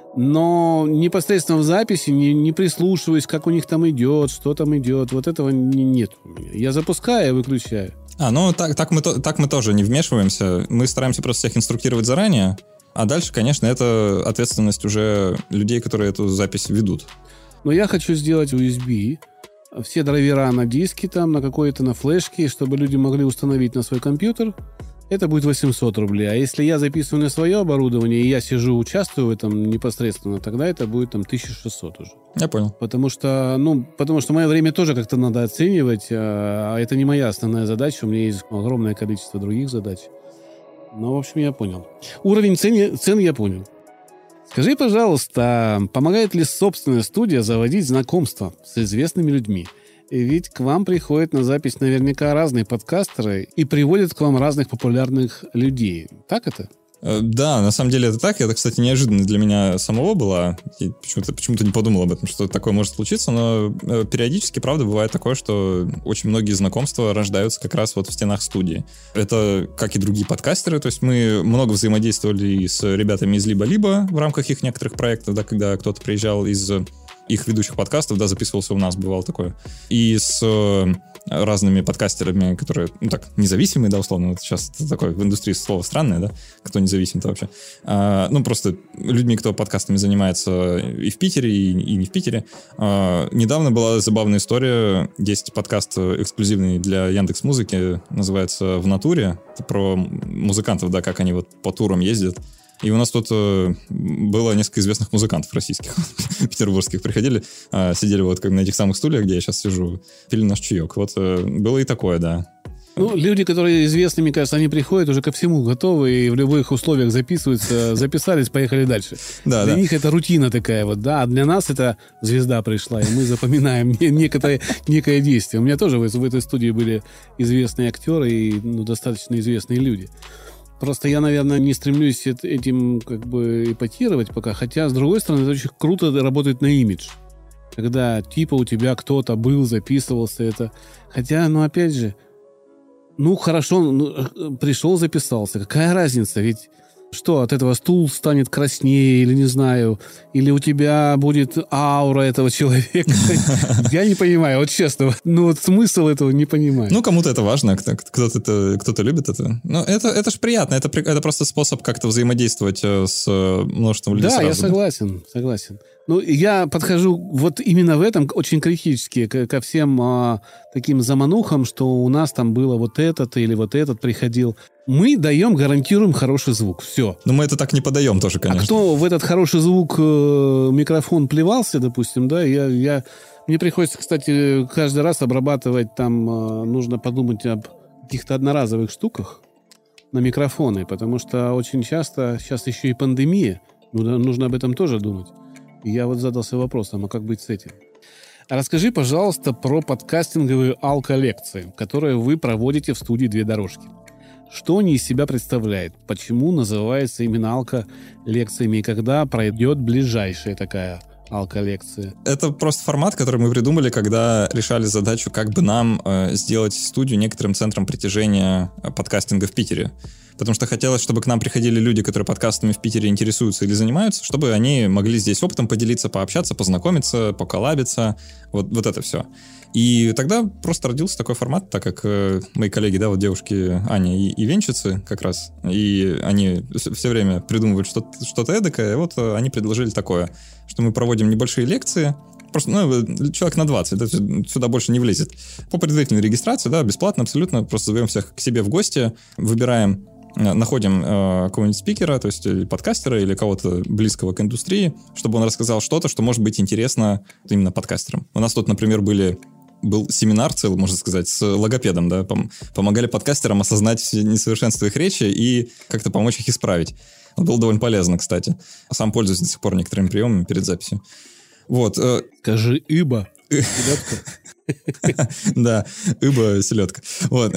Но непосредственно в записи не прислушиваюсь, как у них там идет, что там идет. Вот этого нет у меня. Я запускаю и выключаю. Так мы тоже не вмешиваемся. Мы стараемся просто всех инструктировать заранее. А дальше, конечно, это ответственность уже людей, которые эту запись ведут. Но я хочу сделать USB. Все драйвера на диске там, на флешке, чтобы люди могли установить на свой компьютер. Это будет 800 рублей. А если я записываю на свое оборудование, и я сижу, участвую в этом непосредственно, тогда это будет 1600 уже. Я понял. Потому что мое время тоже как-то надо оценивать. А это не моя основная задача. У меня есть огромное количество других задач. Ну, в общем, я понял. Уровень цен я понял. Скажи, пожалуйста, помогает ли собственная студия заводить знакомства с известными людьми? Ведь к вам приходят на запись наверняка разные подкастеры и приводят к вам разных популярных людей. Так это? Да, на самом деле это так. Это, кстати, неожиданно для меня самого было. Я почему-то не подумал об этом, что такое может случиться. Но периодически, правда, бывает такое, что очень многие знакомства рождаются как раз вот в стенах студии. Это как и другие подкастеры. То есть мы много взаимодействовали и с ребятами из «Либо-либо» в рамках их некоторых проектов, да, когда кто-то приезжал из их ведущих подкастов, да, записывался у нас, бывало такое. И с разными подкастерами, которые, независимые, да, условно, вот сейчас такое в индустрии слово странное, да, кто независим-то вообще. Просто людьми, кто подкастами занимается и в Питере, и не в Питере. Недавно была забавная история. Есть подкаст эксклюзивный для Яндекс.Музыки, называется «В натуре». Это про музыкантов, да, как они вот по турам ездят. И у нас тут было несколько известных музыкантов российских, петербургских, приходили, сидели вот как на этих самых стульях, где я сейчас сижу, пили наш чаек. Вот было и такое, да. Люди, которые известны, мне кажется, они приходят уже ко всему готовы и в любых условиях записываются, записались, поехали дальше. Да, для них это рутина такая вот, да, а для нас это звезда пришла, и мы запоминаем некое действие. У меня тоже в этой студии были известные актеры и достаточно известные люди. Просто я, наверное, не стремлюсь этим эпатировать пока. Хотя, с другой стороны, это очень круто работает на имидж. Когда у тебя кто-то был, записывался это. Хотя, опять же, хорошо, пришел, записался. Какая разница? Ведь что, от этого стул станет краснее или не знаю, или у тебя будет аура этого человека. Я не понимаю, вот честно. Смысл этого не понимаю. Кому-то это важно, кто-то любит это. Но это ж приятно, это просто способ как-то взаимодействовать с множеством людей сразу. Да, я согласен. Я подхожу вот именно в этом очень критически ко всем таким заманухам, что у нас там было вот этот или вот этот приходил. Мы гарантируем хороший звук. Все. Но мы это так не подаем тоже, конечно. А кто в этот хороший звук микрофон плевался, допустим, да, мне приходится, кстати, каждый раз обрабатывать там, нужно подумать об каких-то одноразовых штуках на микрофоны, потому что очень часто, сейчас еще и пандемия, нужно об этом тоже думать. И я задался вопросом, а как быть с этим? Расскажи, пожалуйста, про подкастинговые алко-лекции, которые вы проводите в студии «Две дорожки». Что они из себя представляют? Почему называется именно алко-лекциями? И когда пройдет ближайшая такая алко-лекция? Это просто формат, который мы придумали, когда решали задачу, как бы нам сделать студию некоторым центром притяжения подкастинга в Питере. Потому что хотелось, чтобы к нам приходили люди, которые подкастами в Питере интересуются или занимаются, чтобы они могли здесь опытом поделиться, пообщаться, познакомиться, поколлабиться, вот это все. И тогда просто родился такой формат, так как мои коллеги, да, вот девушки Аня и Венчицы как раз, и они все время придумывают что-то эдакое, вот они предложили такое, что мы проводим небольшие лекции, просто, человек на 20, да, сюда больше не влезет. По предварительной регистрации, да, бесплатно абсолютно, просто зовем всех к себе в гости, выбираем, находим какого-нибудь спикера, то есть или подкастера, или кого-то близкого к индустрии, чтобы он рассказал что-то, что может быть интересно именно подкастерам. У нас тут, например, был семинар целый, можно сказать, с логопедом, да, помогали подкастерам осознать несовершенство их речи и как-то помочь их исправить. Это было довольно полезно, кстати. Сам пользуюсь до сих пор некоторыми приемами перед записью. Вот. Скажи «ыба». Селедка. Да, «ыба», селедка. Вот.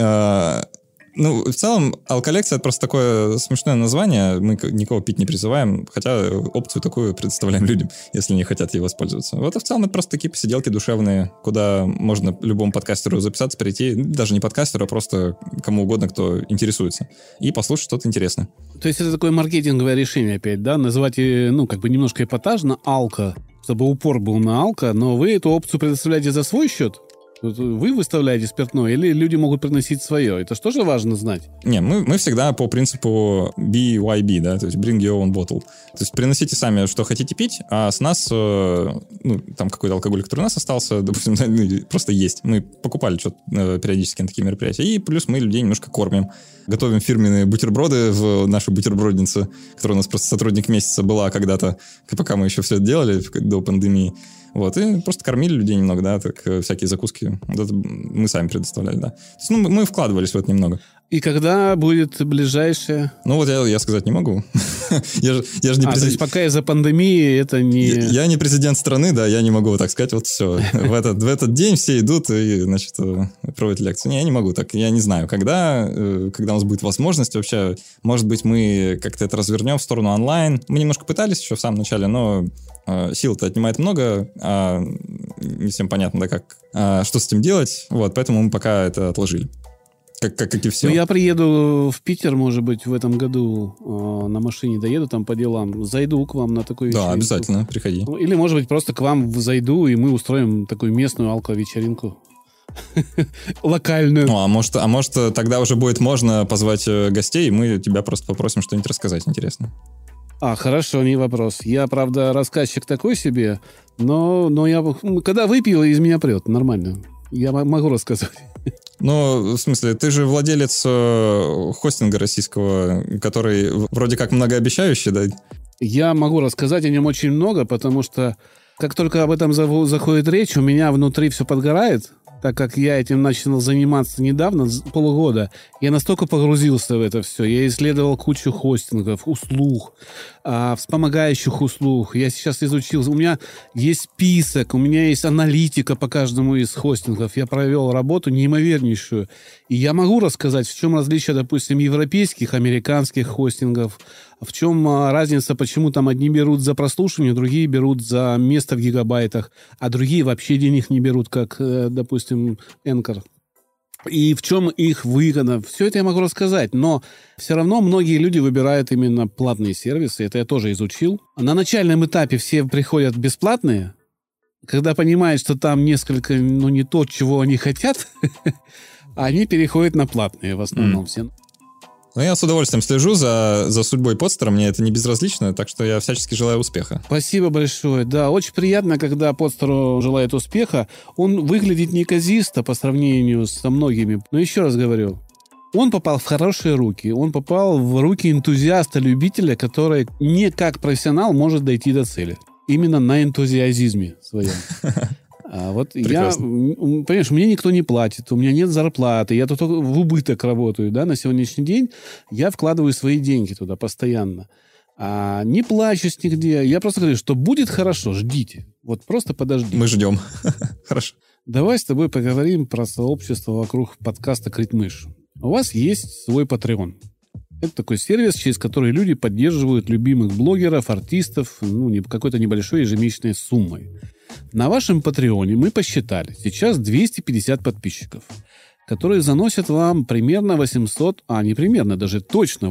В целом, алколекция — это просто такое смешное название. Мы никого пить не призываем, хотя опцию такую предоставляем людям, если не хотят ей воспользоваться. Вот, и в целом это просто такие посиделки душевные, куда можно любому подкастеру записаться, прийти, даже не подкастеру, а просто кому угодно, кто интересуется, и послушать что-то интересное. То есть это такое маркетинговое решение опять, да? Назвать, немножко эпатажно алко, чтобы упор был на алко, но вы эту опцию предоставляете за свой счет? Вы выставляете спиртное или люди могут приносить свое? Это что же важно знать? Не, мы всегда по принципу BYB, да, то есть bring your own bottle. То есть приносите сами, что хотите пить, а с нас, там какой-то алкоголь, который у нас остался, допустим, просто есть. Мы покупали что-то периодически на такие мероприятия. И плюс мы людей немножко кормим. Готовим фирменные бутерброды в нашей бутерброднице, которая у нас просто сотрудник месяца была когда-то, пока мы еще все это делали до пандемии. Вот, и просто кормили людей немного, да, так всякие закуски. Вот это мы сами предоставляли, да. То есть, мы вкладывались в это немного. И когда будет ближайшее? Вот я сказать не могу. Я же не президент. То есть пока из-за пандемии это не... Я не президент страны, да, я не могу вот так сказать, вот все. В этот день все идут и, значит, проводят лекцию. Не, я не могу так, я не знаю, когда у нас будет возможность вообще. Может быть, мы как-то это развернем в сторону онлайн. Мы немножко пытались еще в самом начале, но сил-то отнимает много, а не всем понятно, да, что с этим делать. Вот, поэтому мы пока это отложили. Как и все. Я приеду в Питер, может быть, в этом году на машине доеду там по делам. Зайду к вам на такую вечеринку. Да, обязательно, приходи. Или, может быть, просто к вам зайду, и мы устроим такую местную алко-вечеринку. Локальную. А может тогда уже будет можно позвать гостей, и мы тебя просто попросим что-нибудь рассказать интересно. Хорошо, не вопрос. Я, правда, рассказчик такой себе, но я когда выпил, из меня прет. Нормально. Я могу рассказать. В смысле, ты же владелец хостинга российского, который вроде как многообещающий, да? Я могу рассказать о нем очень много, потому что как только об этом заходит речь, у меня внутри все подгорает, так как я этим начал заниматься недавно, полгода. Я настолько погрузился в это все. Я исследовал кучу хостингов, услуг, вспомогающих услуг. Я сейчас изучил. У меня есть список, у меня есть аналитика по каждому из хостингов. Я провел работу неимовернейшую. И я могу рассказать, в чем различие, допустим, европейских, американских хостингов, в чем разница, почему там одни берут за прослушивание, другие берут за место в гигабайтах, а другие вообще денег не берут, как, допустим, Anchor. И в чем их выгода. Все это я могу рассказать, но все равно многие люди выбирают именно платные сервисы. Это я тоже изучил. На начальном этапе все приходят бесплатные, когда понимают, что там несколько, не то, чего они хотят, они переходят на платные в основном все. Я с удовольствием слежу за судьбой подстера, мне это не безразлично, так что я всячески желаю успеха. Спасибо большое. Да, очень приятно, когда подстеру желает успеха. Он выглядит неказисто по сравнению со многими. Но еще раз говорю, он попал в хорошие руки. Он попал в руки энтузиаста, любителя, который не как профессионал может дойти до цели. Именно на энтузиазме своем. Понимаешь, мне никто не платит, у меня нет зарплаты, я тут в убыток работаю, да, на сегодняшний день я вкладываю свои деньги туда постоянно. Не плачусь нигде, я просто говорю, что будет хорошо, ждите, вот просто подождите. Мы ждем. Хорошо. Давай с тобой поговорим про сообщество вокруг подкаста «Критмыш». у вас есть свой Patreon. Это такой сервис, через который люди поддерживают любимых блогеров, артистов, какой-то небольшой ежемесячной суммой. На вашем Патреоне мы посчитали, сейчас 250 подписчиков, которые заносят вам примерно даже точно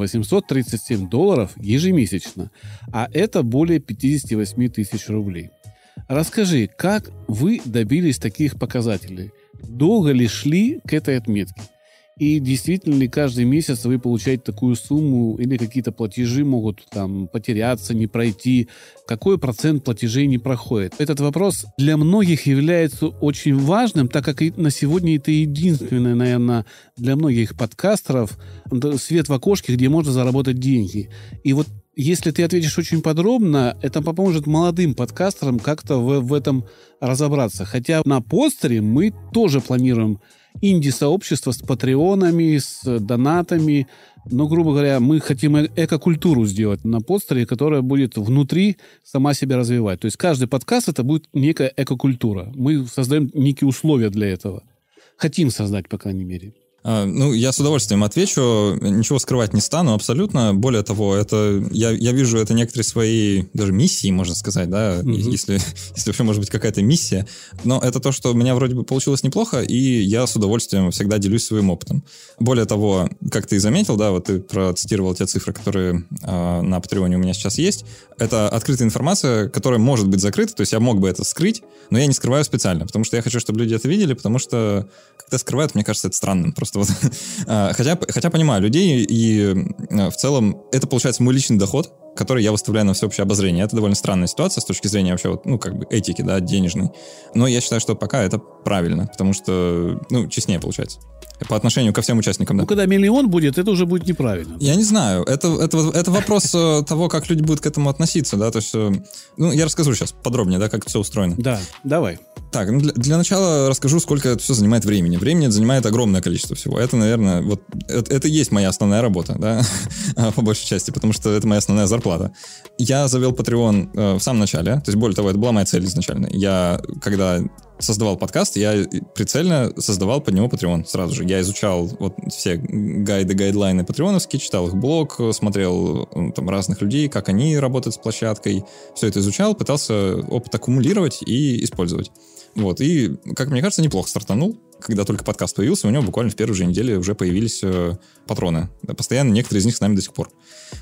$837 ежемесячно. А это более 58 тысяч рублей. Расскажи, как вы добились таких показателей? Долго ли шли к этой отметке? И действительно ли каждый месяц вы получаете такую сумму, или какие-то платежи могут потеряться, не пройти? Какой процент платежей не проходит? Этот вопрос для многих является очень важным, так как на сегодня это единственное, наверное, для многих подкастеров свет в окошке, где можно заработать деньги. И вот если ты ответишь очень подробно, это поможет молодым подкастерам как-то в этом разобраться. Хотя на постере мы тоже планируем инди-сообщество с патреонами, с донатами. Но, грубо говоря, мы хотим экокультуру сделать на постере, которая будет внутри сама себя развивать. То есть каждый подкаст — это будет некая экокультура. Мы создаем некие условия для этого. Хотим создать, по крайней мере. Я с удовольствием отвечу. Ничего скрывать не стану абсолютно. Более того, я вижу это некоторые свои даже миссии, можно сказать, да, если вообще может быть какая-то миссия. Но это то, что у меня вроде бы получилось неплохо, и я с удовольствием всегда делюсь своим опытом. Более того, как ты заметил, да, вот ты процитировал те цифры, которые на Патреоне у меня сейчас есть. Это открытая информация, которая может быть закрыта, то есть я мог бы это скрыть, но я не скрываю специально, потому что я хочу, чтобы люди это видели, потому что когда скрывают, мне кажется, это странным. Просто вот. Хотя понимаю людей, и в целом это получается мой личный доход, который я выставляю на всеобщее обозрение. Это довольно странная ситуация с точки зрения вообще этики, да, денежной. Но я считаю, что пока это правильно, потому что, честнее получается. По отношению ко всем участникам, да. Когда миллион будет, это уже будет неправильно. Я не знаю. Это вопрос того, как люди будут к этому относиться, да. То есть, я расскажу сейчас подробнее, да, как это все устроено. Да, давай. Так, для начала расскажу, сколько это все занимает времени. Времени это занимает огромное количество всего. Это, наверное, это и есть моя основная работа, да, по большей части, потому что это моя основная зарплата. Я завел Patreon в самом начале, то есть, более того, это была моя цель изначально. Когда создавал подкаст, я прицельно создавал под него Patreon сразу же. Я изучал все гайдлайны патреоновские, читал их блог, смотрел разных людей, как они работают с площадкой. Все это изучал, пытался опыт аккумулировать и использовать. И, как мне кажется, неплохо стартанул. Когда только подкаст появился, у него буквально в первой же неделе уже появились патроны. Постоянно некоторые из них с нами до сих пор.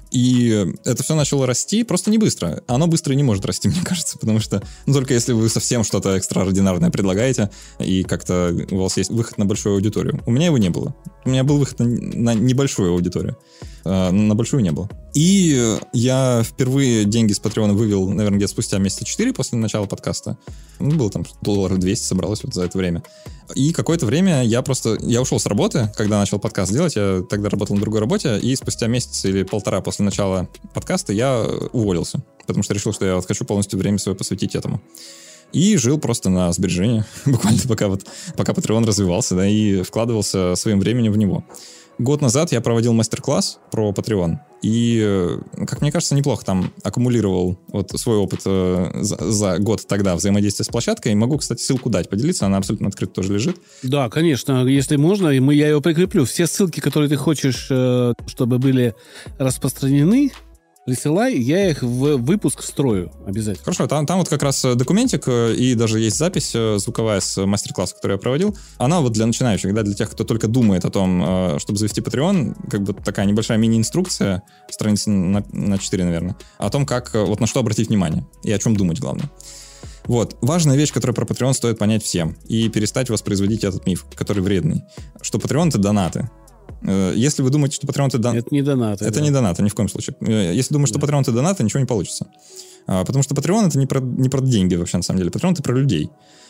И это все начало расти, просто не быстро. Оно быстро и не может расти, мне кажется, потому что только если вы совсем что-то экстраординарное предлагаете, и как-то у вас есть выход на большую аудиторию. У меня его не было. У меня был выход на небольшую аудиторию. На большую не было. И я впервые деньги с Патреона вывел, наверное, где-то спустя месяца 4 после начала подкаста. Было там $200 собралось за это время. И какое-то время я ушел с работы, когда начал подкаст делать. Я тогда работал на другой работе, и спустя месяц или полтора после начала подкаста я уволился, потому что решил, что я хочу полностью время свое посвятить этому. И жил просто на сбережения, буквально пока Patreon развивался, да, и вкладывался своим временем в него. Год назад я проводил мастер-класс про Patreon, и, как мне кажется, неплохо там аккумулировал свой опыт за год тогда взаимодействия с площадкой. Могу, кстати, ссылку дать, поделиться, она абсолютно открыта тоже лежит. Да, конечно, если можно, я ее прикреплю. Все ссылки, которые ты хочешь, чтобы были распространены, присылай, я их в выпуск встрою обязательно. Хорошо, там как раз документик, и даже есть запись звуковая с мастер-класса, который я проводил. Она для начинающих, да, для тех, кто только думает о том, чтобы завести Patreon, как бы такая небольшая мини-инструкция, страницы на 4, наверное, о том, как, на что обратить внимание и о чем думать, главное. Важная вещь, которую про Patreon стоит понять всем, и перестать воспроизводить этот миф, который вредный, что Patreon — это донаты. Если вы думаете, что Patreon — это... Это не донаты. Это не донаты, ни в коем случае. Если думаете, что Patreon — это донаты, ничего не получится. Потому что Patreon — это не про деньги вообще, на самом деле. Patreon — это про людей.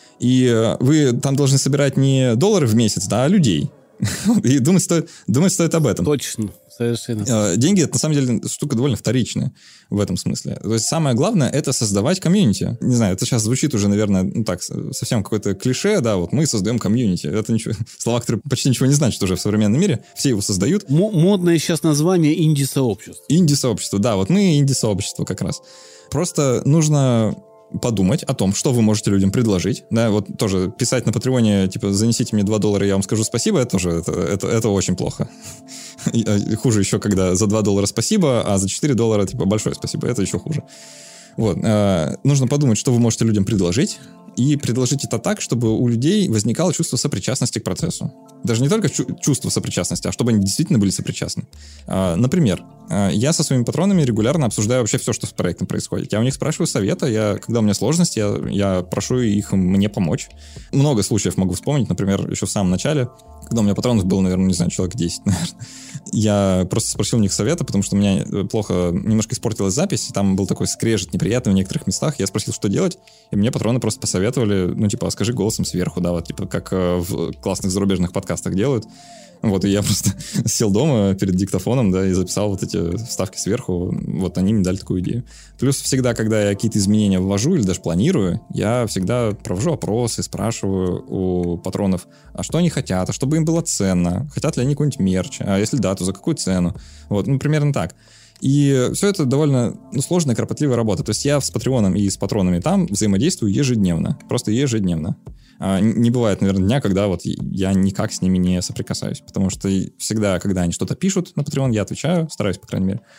И вы там должны собирать не доллары в месяц, да, а людей. И думать стоит об этом. Точно, совершенно. Деньги — это, на самом деле, штука довольно вторичная в этом смысле. То есть самое главное — это создавать комьюнити. Не знаю, это сейчас звучит уже, наверное, совсем какое-то клише, да, мы создаем комьюнити. Это слова, которые почти ничего не значат уже в современном мире. Все его создают. Модное сейчас название инди-сообщество. Инди-сообщество, да, мы инди-сообщество как раз. Просто нужно подумать о том, что вы можете людям предложить. Да, вот тоже писать на Патреоне, типа, занесите мне $2, я вам скажу спасибо, это тоже это очень плохо. Хуже еще, когда за $2 спасибо, а за $4 типа большое спасибо. Это еще хуже. Вот. Нужно подумать, что вы можете людям предложить, и предложить это так, чтобы у людей возникало чувство сопричастности к процессу. Даже не только чувство сопричастности, а чтобы они действительно были сопричастны. Например, я со своими патронами регулярно обсуждаю вообще все, что с проектом происходит. Я у них спрашиваю совета, когда у меня сложности, я прошу их мне помочь. Много случаев могу вспомнить, например, еще в самом начале, когда у меня патронов было, наверное, не знаю, человек 10, наверное. Я просто спросил у них совета, потому что у меня немножко испортилась запись, и там был такой скрежет неприятный в некоторых местах. Я спросил, что делать, и мне патроны просто посоветовали, скажи голосом сверху, да, вот, типа, как в классных зарубежных подкастах делают. Вот, и я просто сел дома перед диктофоном, да, и записал вот эти вставки сверху. Вот они мне дали такую идею. Плюс всегда, когда я какие-то изменения ввожу или даже планирую, я всегда провожу опросы, спрашиваю у патронов, а что они хотят, а чтобы им было ценно, хотят ли они какой-нибудь мерч, а если да, то за какую цену. Вот, примерно так. И все это довольно сложная, кропотливая работа. То есть я с Патреоном и с патронами там взаимодействую ежедневно. Просто ежедневно. Не бывает, наверное, дня, когда вот я никак с ними не соприкасаюсь. Потому что всегда, когда они что-то пишут на Patreon, я отвечаю, стараюсь, по крайней мере.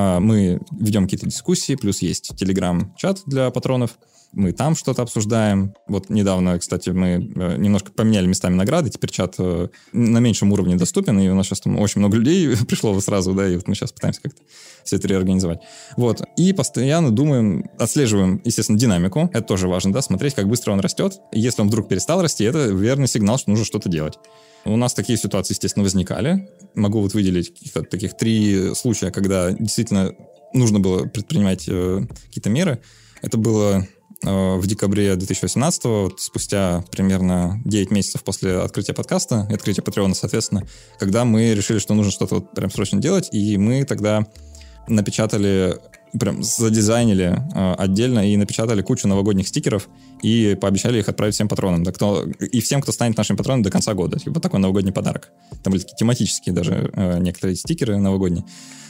Мы ведем какие-то дискуссии, плюс есть Telegram-чат для патронов. Мы там что-то обсуждаем. Вот недавно, кстати, мы немножко поменяли местами награды. Теперь чат на меньшем уровне доступен, и у нас сейчас там очень много людей пришло сразу, да, и вот мы сейчас пытаемся как-то все это реорганизовать. Вот. И постоянно думаем, отслеживаем, естественно, динамику. Это тоже важно, да, смотреть, как быстро он растет. Если он вдруг перестал расти, это верный сигнал, что нужно что-то делать. У нас такие ситуации, естественно, возникали. Могу вот выделить каких-то таких 3 случая, когда действительно нужно было предпринимать какие-то меры. Это было в декабре 2018, спустя примерно 9 месяцев после открытия подкаста, и открытия Патреона, соответственно, когда мы решили, что нужно что-то вот прям срочно делать, и мы тогда напечатали, прям задизайнили отдельно и напечатали кучу новогодних стикеров и пообещали их отправить всем патронам, да, и всем, кто станет нашим патроном до конца года. Вот такой новогодний подарок. Там были такие тематические даже некоторые стикеры новогодние.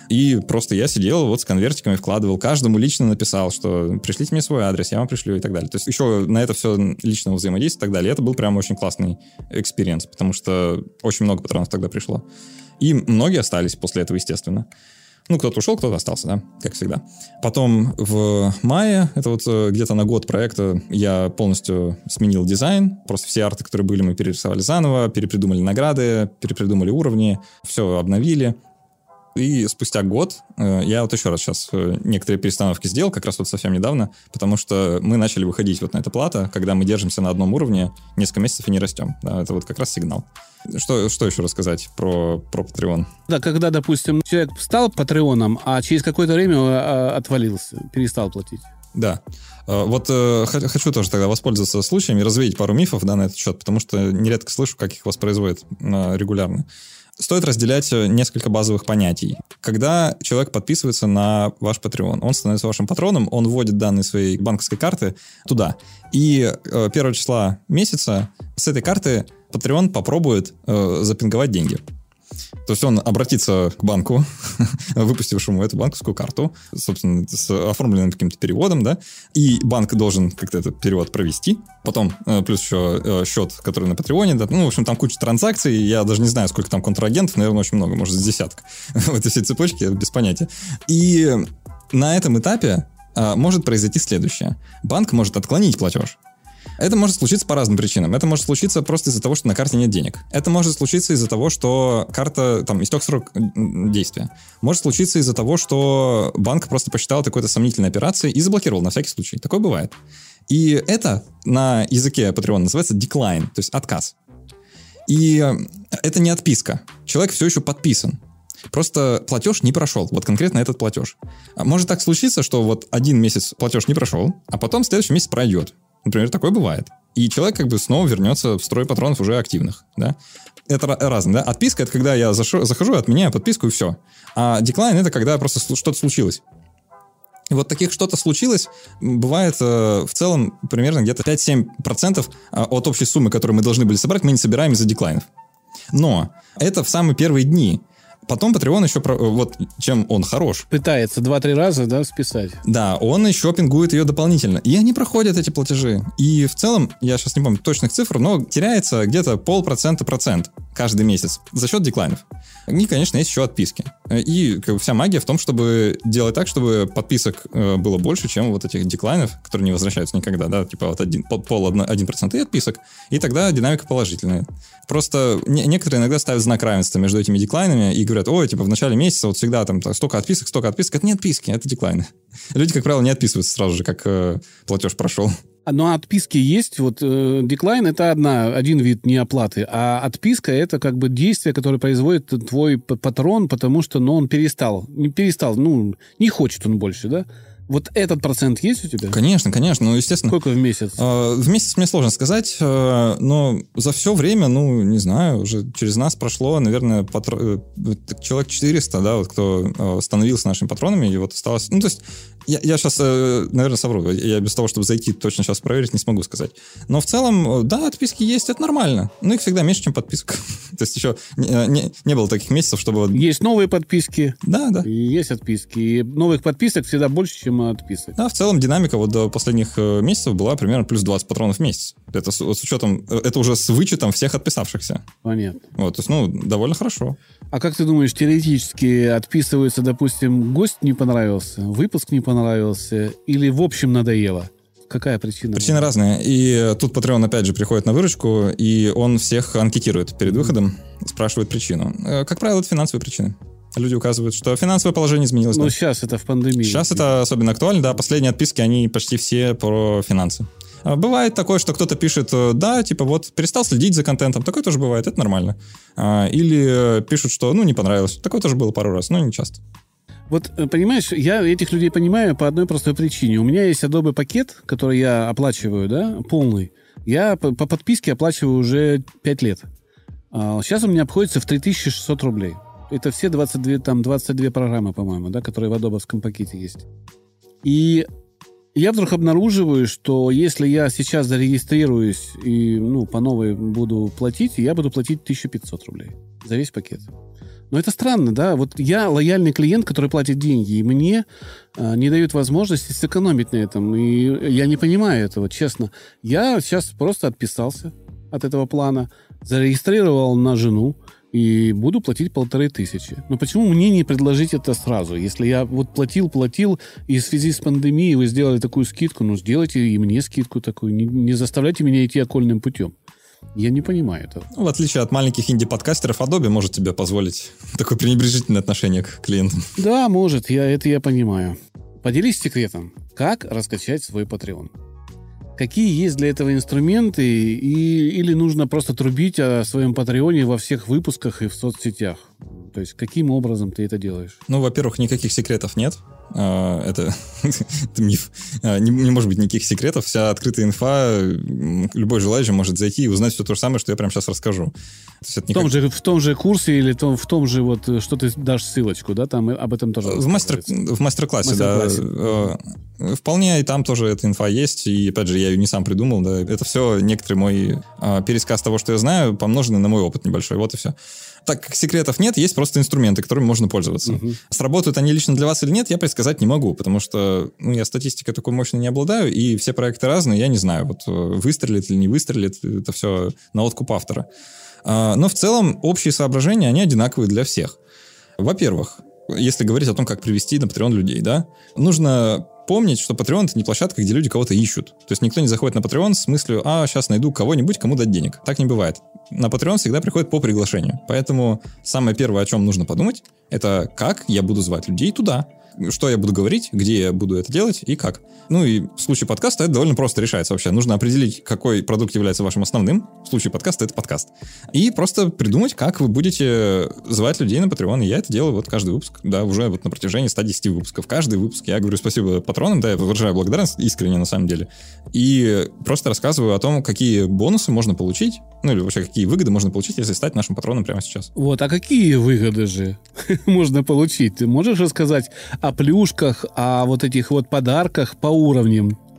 И просто я сидел вот с конвертиками, вкладывал, каждому лично написал, что пришлите мне свой адрес, я вам пришлю и так далее. То есть еще на это все личного взаимодействия и так далее. И это был прям очень классный экспириенс, потому что очень много патронов тогда пришло. И многие остались после этого, естественно. Кто-то ушел, кто-то остался, да, как всегда. Потом в мае, это вот где-то на год проекта, я полностью сменил дизайн. Просто все арты, которые были, мы перерисовали заново, перепридумали награды, перепридумали уровни, все обновили. И спустя год я вот еще раз сейчас некоторые перестановки сделал, как раз вот совсем недавно, потому что мы начали выходить вот на это плато, когда мы держимся на одном уровне несколько месяцев и не растем. Да, это вот как раз сигнал. Что еще рассказать про Patreon? Да, когда, допустим, человек стал патреоном, а через какое-то время отвалился, перестал платить. Да. Вот хочу тоже тогда воспользоваться случаем и развеять пару мифов, да, на этот счет, потому что нередко слышу, как их воспроизводят регулярно. Стоит разделять несколько базовых понятий. Когда человек подписывается на ваш Patreon, он становится вашим патроном, он вводит данные своей банковской карты туда. И 1 числа месяца с этой карты Patreon попробует запинговать деньги. То есть он обратится к банку, выпустившему эту банковскую карту, собственно, с оформленным каким-то переводом, да, и банк должен как-то этот перевод провести. Потом плюс еще счет, который на Патреоне, да, в общем, там куча транзакций, я даже не знаю, сколько там контрагентов, наверное, очень много, может, с десяток в этой всей цепочке, без понятия. И на этом этапе может произойти следующее. Банк может отклонить платеж. Это может случиться по разным причинам. Это может случиться просто из-за того, что на карте нет денег. Это может случиться из-за того, что карта, там, истек срок действия. Может случиться из-за того, что банк просто посчитал это какой-то сомнительной операцией и заблокировал на всякий случай. Такое бывает. И это на языке Patreon называется decline, то есть отказ. И это не отписка. Человек все еще подписан. Просто платеж не прошел. Вот конкретно этот платеж. Может так случиться, что вот один месяц платеж не прошел, а потом следующий месяц пройдет. Например, такое бывает. И человек как бы снова вернется в строй патронов уже активных. Да? Это разное. Да? Отписка — это когда я захожу, отменяю подписку и все. А деклайн — это когда просто что-то случилось. И вот таких что-то случилось бывает в целом примерно где-то 5-7% от общей суммы, которую мы должны были собрать, мы не собираем из-за деклайнов. Но это в самые первые дни. Потом Patreon еще, вот чем он хорош. Пытается 2-3 раза, да, списать. Да, он еще пингует ее дополнительно. И они проходят, эти платежи. И в целом, я сейчас не помню точных цифр, но теряется где-то 0,5% каждый месяц за счет деклайнов. И, конечно, есть еще отписки. И как бы, вся магия в том, чтобы делать так, чтобы подписок было больше, чем вот этих деклайнов, которые не возвращаются никогда, да, типа вот 1% и отписок. И тогда динамика положительная. Просто некоторые иногда ставят знак равенства между этими деклайнами и говорят, ой, типа в начале месяца вот всегда там столько отписок. Это не отписки, это деклайны. Люди, как правило, не отписываются сразу же, как платеж прошел. Ну, а отписки есть. Вот деклайн — это один вид неоплаты, а отписка — это как бы действие, которое производит твой патрон, потому что, он не хочет он больше, да? Вот этот процент есть у тебя? Конечно, ну, естественно. Сколько в месяц? В месяц мне сложно сказать, но за все время, не знаю, уже через нас прошло, наверное, человек 400, да, вот кто становился нашими патронами, и вот осталось... то есть я сейчас, наверное, совру. Я без того, чтобы зайти точно сейчас проверить, не смогу сказать. Но в целом, да, отписки есть, это нормально. Их всегда меньше, чем подписок. То есть еще не было таких месяцев, чтобы... Есть новые подписки. Да. И есть отписки. И новых подписок всегда больше, чем отписок. Да, в целом динамика вот до последних месяцев была примерно плюс 20 патронов в месяц. Это с учетом... Это уже с вычетом всех отписавшихся. Понятно. Вот, то есть, довольно хорошо. А как ты думаешь, теоретически отписывается, допустим, гость не понравился, выпуск не понравился, или в общем надоело? Какая причина? Причины разные. И тут Patreon опять же приходит на выручку, и он всех анкетирует перед выходом, спрашивает причину. Как правило, это финансовые причины. Люди указывают, что финансовое положение изменилось. Ну, сейчас это в пандемии. Сейчас это особенно актуально, да. Последние отписки, они почти все про финансы. Бывает такое, что кто-то пишет, да, типа вот перестал следить за контентом. Такое тоже бывает, это нормально. Или пишут, что, не понравилось. Такое тоже было пару раз, но не часто. Вот, понимаешь, я этих людей понимаю по одной простой причине. У меня есть Adobe пакет, который я оплачиваю, да, полный. Я по подписке оплачиваю уже 5 лет. Сейчас у меня обходится в 3600 рублей. Это все 22 программы, по-моему, да, которые в адобовском пакете есть. И я вдруг обнаруживаю, что если я сейчас зарегистрируюсь и, по новой буду платить, я буду платить 1500 рублей за весь пакет. Но это странно, да? Вот я лояльный клиент, который платит деньги, и мне не дают возможности сэкономить на этом. И я не понимаю этого, честно. Я сейчас просто отписался от этого плана, зарегистрировал на жену, и буду платить 1500. Но почему мне не предложить это сразу? Если я вот платил, и в связи с пандемией вы сделали такую скидку, сделайте и мне скидку такую. Не заставляйте меня идти окольным путем. Я не понимаю этого. В отличие от маленьких инди-подкастеров, Adobe может тебе позволить такое пренебрежительное отношение к клиентам. Да, может, я понимаю. Поделись секретом. Как раскачать свой Patreon? Какие есть для этого инструменты, или нужно просто трубить о своем Патреоне во всех выпусках и в соцсетях? То есть каким образом ты это делаешь? Во-первых, никаких секретов нет. Это миф. Не может быть никаких секретов. Вся открытая инфа, любой желающий может зайти и узнать все то же самое, что я прямо сейчас расскажу. В том же курсе или в том же, что ты дашь ссылочку, да? Там об этом тоже в мастер-классе, да. Вполне и там тоже эта инфа есть. И, опять же, я ее не сам придумал. Да. Это все некоторый мой пересказ того, что я знаю, помноженный на мой опыт небольшой. Вот и все. Так как секретов нет, есть просто инструменты, которыми можно пользоваться. Угу. Сработают они лично для вас или нет, я предсказать не могу, потому что я статистикой такой мощной не обладаю, и все проекты разные, я не знаю, вот выстрелит или не выстрелит, это все на откуп автора. Но в целом общие соображения, они одинаковые для всех. Во-первых, если говорить о том, как привести на Patreon людей, да, нужно помнить, что Patreon — это не площадка, где люди кого-то ищут. То есть никто не заходит на Patreon с мыслью, сейчас найду кого-нибудь, кому дать денег. Так не бывает. На Patreon всегда приходит по приглашению. Поэтому самое первое, о чем нужно подумать, это как я буду звать людей туда. Что я буду говорить, где я буду это делать и как. И в случае подкаста это довольно просто решается вообще. Нужно определить, какой продукт является вашим основным. В случае подкаста это подкаст. И просто придумать, как вы будете звать людей на Patreon. И я это делаю каждый выпуск. Да, уже на протяжении 110 выпусков. Каждый выпуск я говорю спасибо патронам. Да, я выражаю благодарность искренне на самом деле. И просто рассказываю о том, какие бонусы можно получить. Или вообще, какие выгоды можно получить, если стать нашим патроном прямо сейчас. А какие выгоды же можно получить? Ты можешь рассказать о плюшках, о этих подарках по уровням?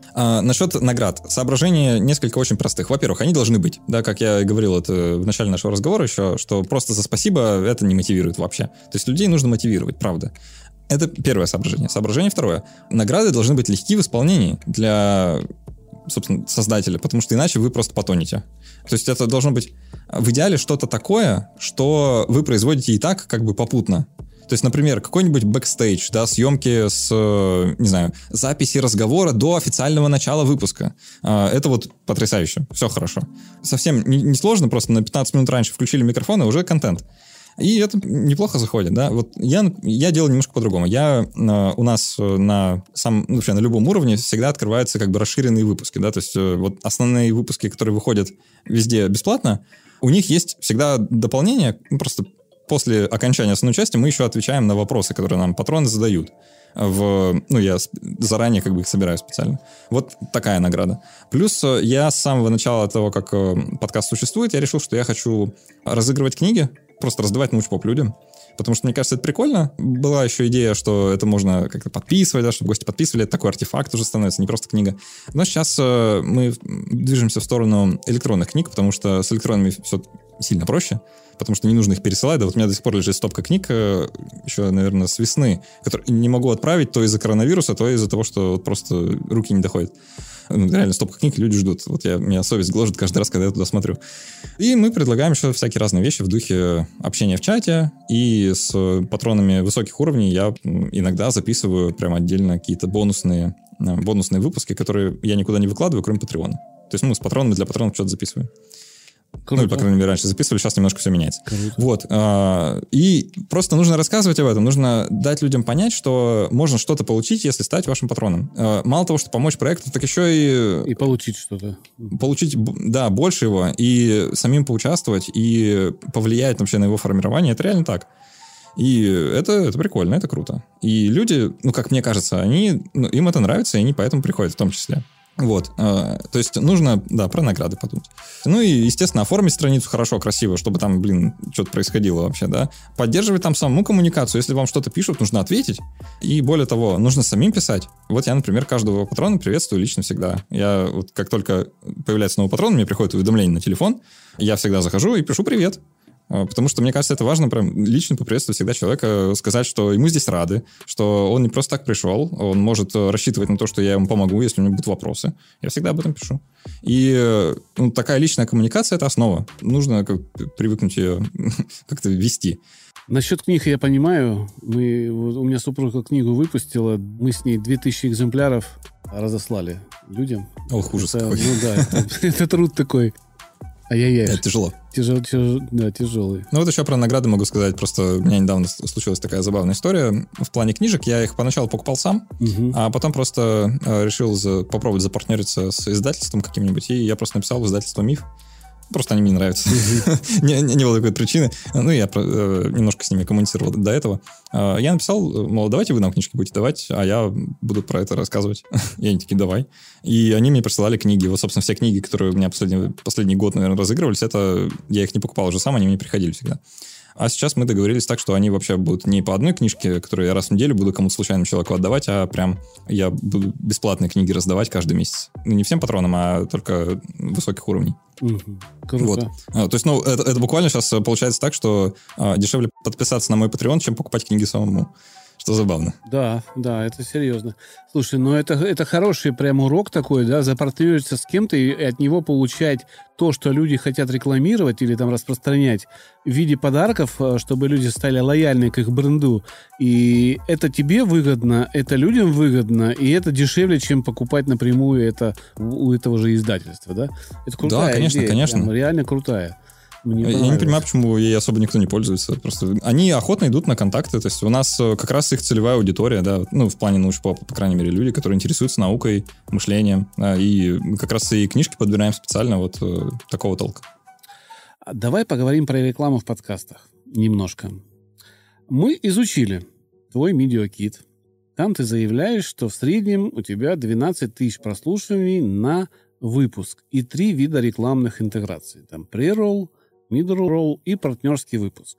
Насчет наград. Соображения несколько очень простых. Во-первых, они должны быть. Да, как я и говорил это в начале нашего разговора еще, что просто за спасибо это не мотивирует вообще. То есть людей нужно мотивировать, правда. Это первое соображение. Соображение второе. Награды должны быть легки в исполнении для, собственно, создателя, потому что иначе вы просто потонете. То есть это должно быть в идеале что-то такое, что вы производите и так, как бы попутно. То есть, например, какой-нибудь бэкстейдж, да, съемки с, не знаю, записи разговора до официального начала выпуска. Это вот потрясающе, все хорошо. Совсем не сложно, просто на 15 минут раньше включили микрофон, и уже контент. И это неплохо заходит, да. Вот я делаю немножко по-другому. У нас вообще на любом уровне всегда открываются как бы расширенные выпуски, да, то есть вот основные выпуски, которые выходят везде бесплатно, у них есть всегда дополнение, просто после окончания основной части мы еще отвечаем на вопросы, которые нам патроны задают. Я заранее как бы их собираю специально. Вот такая награда. Плюс я с самого начала того, как подкаст существует, я решил, что я хочу разыгрывать книги, просто раздавать научпоп людям. Потому что, мне кажется, это прикольно. Была еще идея, что это можно как-то подписывать, да, чтобы гости подписывали. Это такой артефакт уже становится, не просто книга. Но сейчас мы движемся в сторону электронных книг, потому что с электронными все сильно проще, потому что не нужно их пересылать. Да, вот у меня до сих пор лежит стопка книг, еще, наверное, с весны, которые не могу отправить то из-за коронавируса, то из-за того, что вот просто руки не доходят. Реально, стопка книг, люди ждут. Вот меня совесть гложет каждый раз, когда я туда смотрю. И мы предлагаем еще всякие разные вещи в духе общения в чате. И с патронами высоких уровней я иногда записываю прям отдельно какие-то бонусные выпуски, которые я никуда не выкладываю, кроме Патреона. То есть мы с патронами для патронов что-то записываем. Круто. Ну, по крайней мере, раньше записывали, сейчас немножко все меняется. Круто. Вот. И просто нужно рассказывать об этом, нужно дать людям понять, что можно что-то получить, если стать вашим патроном. Мало того, что помочь проекту, так еще и... И получить что-то. Получить, да, больше его, и самим поучаствовать, и повлиять вообще на его формирование. Это реально так. И это прикольно, это круто. И люди, как мне кажется, им это нравится, и они поэтому приходят в том числе. Вот, то есть нужно, да, про награды подумать. Ну и, естественно, оформить страницу хорошо, красиво, чтобы там, что-то происходило вообще, да. Поддерживать там саму коммуникацию. Если вам что-то пишут, нужно ответить. И более того, нужно самим писать. Вот я, например, каждого патрона приветствую лично всегда. Я вот как только появляется новый патрон, мне приходит уведомление на телефон, я всегда захожу и пишу «Привет». Потому что, мне кажется, это важно прям лично поприветствовать всегда человека, сказать, что ему здесь рады, что он не просто так пришел, он может рассчитывать на то, что я ему помогу, если у него будут вопросы. Я всегда об этом пишу. И такая личная коммуникация – это основа. Нужно привыкнуть ее как-то вести. Насчет книг я понимаю. У меня супруга книгу выпустила, мы с ней 2000 экземпляров разослали людям. Ох, ужас какой. Это труд такой. Ай-яй-яй. Это тяжело. Тяжелый. Ну вот еще про награды могу сказать. Просто у меня недавно случилась такая забавная история. В плане книжек я их поначалу покупал сам, а потом просто решил попробовать запартнериться с издательством каким-нибудь, и я просто написал в издательство «Миф». Просто они мне нравятся. Не было такой причины. Ну, я немножко с ними коммуницировал до этого. Я написал, мол, давайте вы нам книжки будете давать, а я буду про это рассказывать. И они такие, давай. И они мне присылали книги. Вот, собственно, все книги, которые у меня последний год, наверное, разыгрывались, я их не покупал уже сам, они мне приходили всегда. А сейчас мы договорились так, что они вообще будут не по одной книжке, которую я раз в неделю буду кому-то случайному человеку отдавать, а прям я буду бесплатные книги раздавать каждый месяц. Ну, не всем патронам, а только высоких уровней. Круто. Вот. То есть, это буквально сейчас получается так, что дешевле подписаться на мой Patreon, чем покупать книги самому. Что забавно. Да, это серьезно. Слушай, это хороший прям урок такой, да, запартнериться с кем-то и от него получать то, что люди хотят рекламировать или там распространять в виде подарков, чтобы люди стали лояльны к их бренду. И это тебе выгодно, это людям выгодно, и это дешевле, чем покупать напрямую это у этого же издательства, да? Это крутая да, конечно, идея, конечно. Прям, реально крутая. Я не понимаю, почему ей особо никто не пользуется. Просто они охотно идут на контакты. То есть у нас как раз их целевая аудитория, да, в плане научпопа, по крайней мере, люди, которые интересуются наукой, мышлением. И мы как раз и книжки подбираем специально вот такого толка. Давай поговорим про рекламу в подкастах немножко. Мы изучили твой медиакит. Там ты заявляешь, что в среднем у тебя 12 тысяч прослушиваний на выпуск и 3 вида рекламных интеграций. Там pre-roll, middle-roll и партнерский выпуск.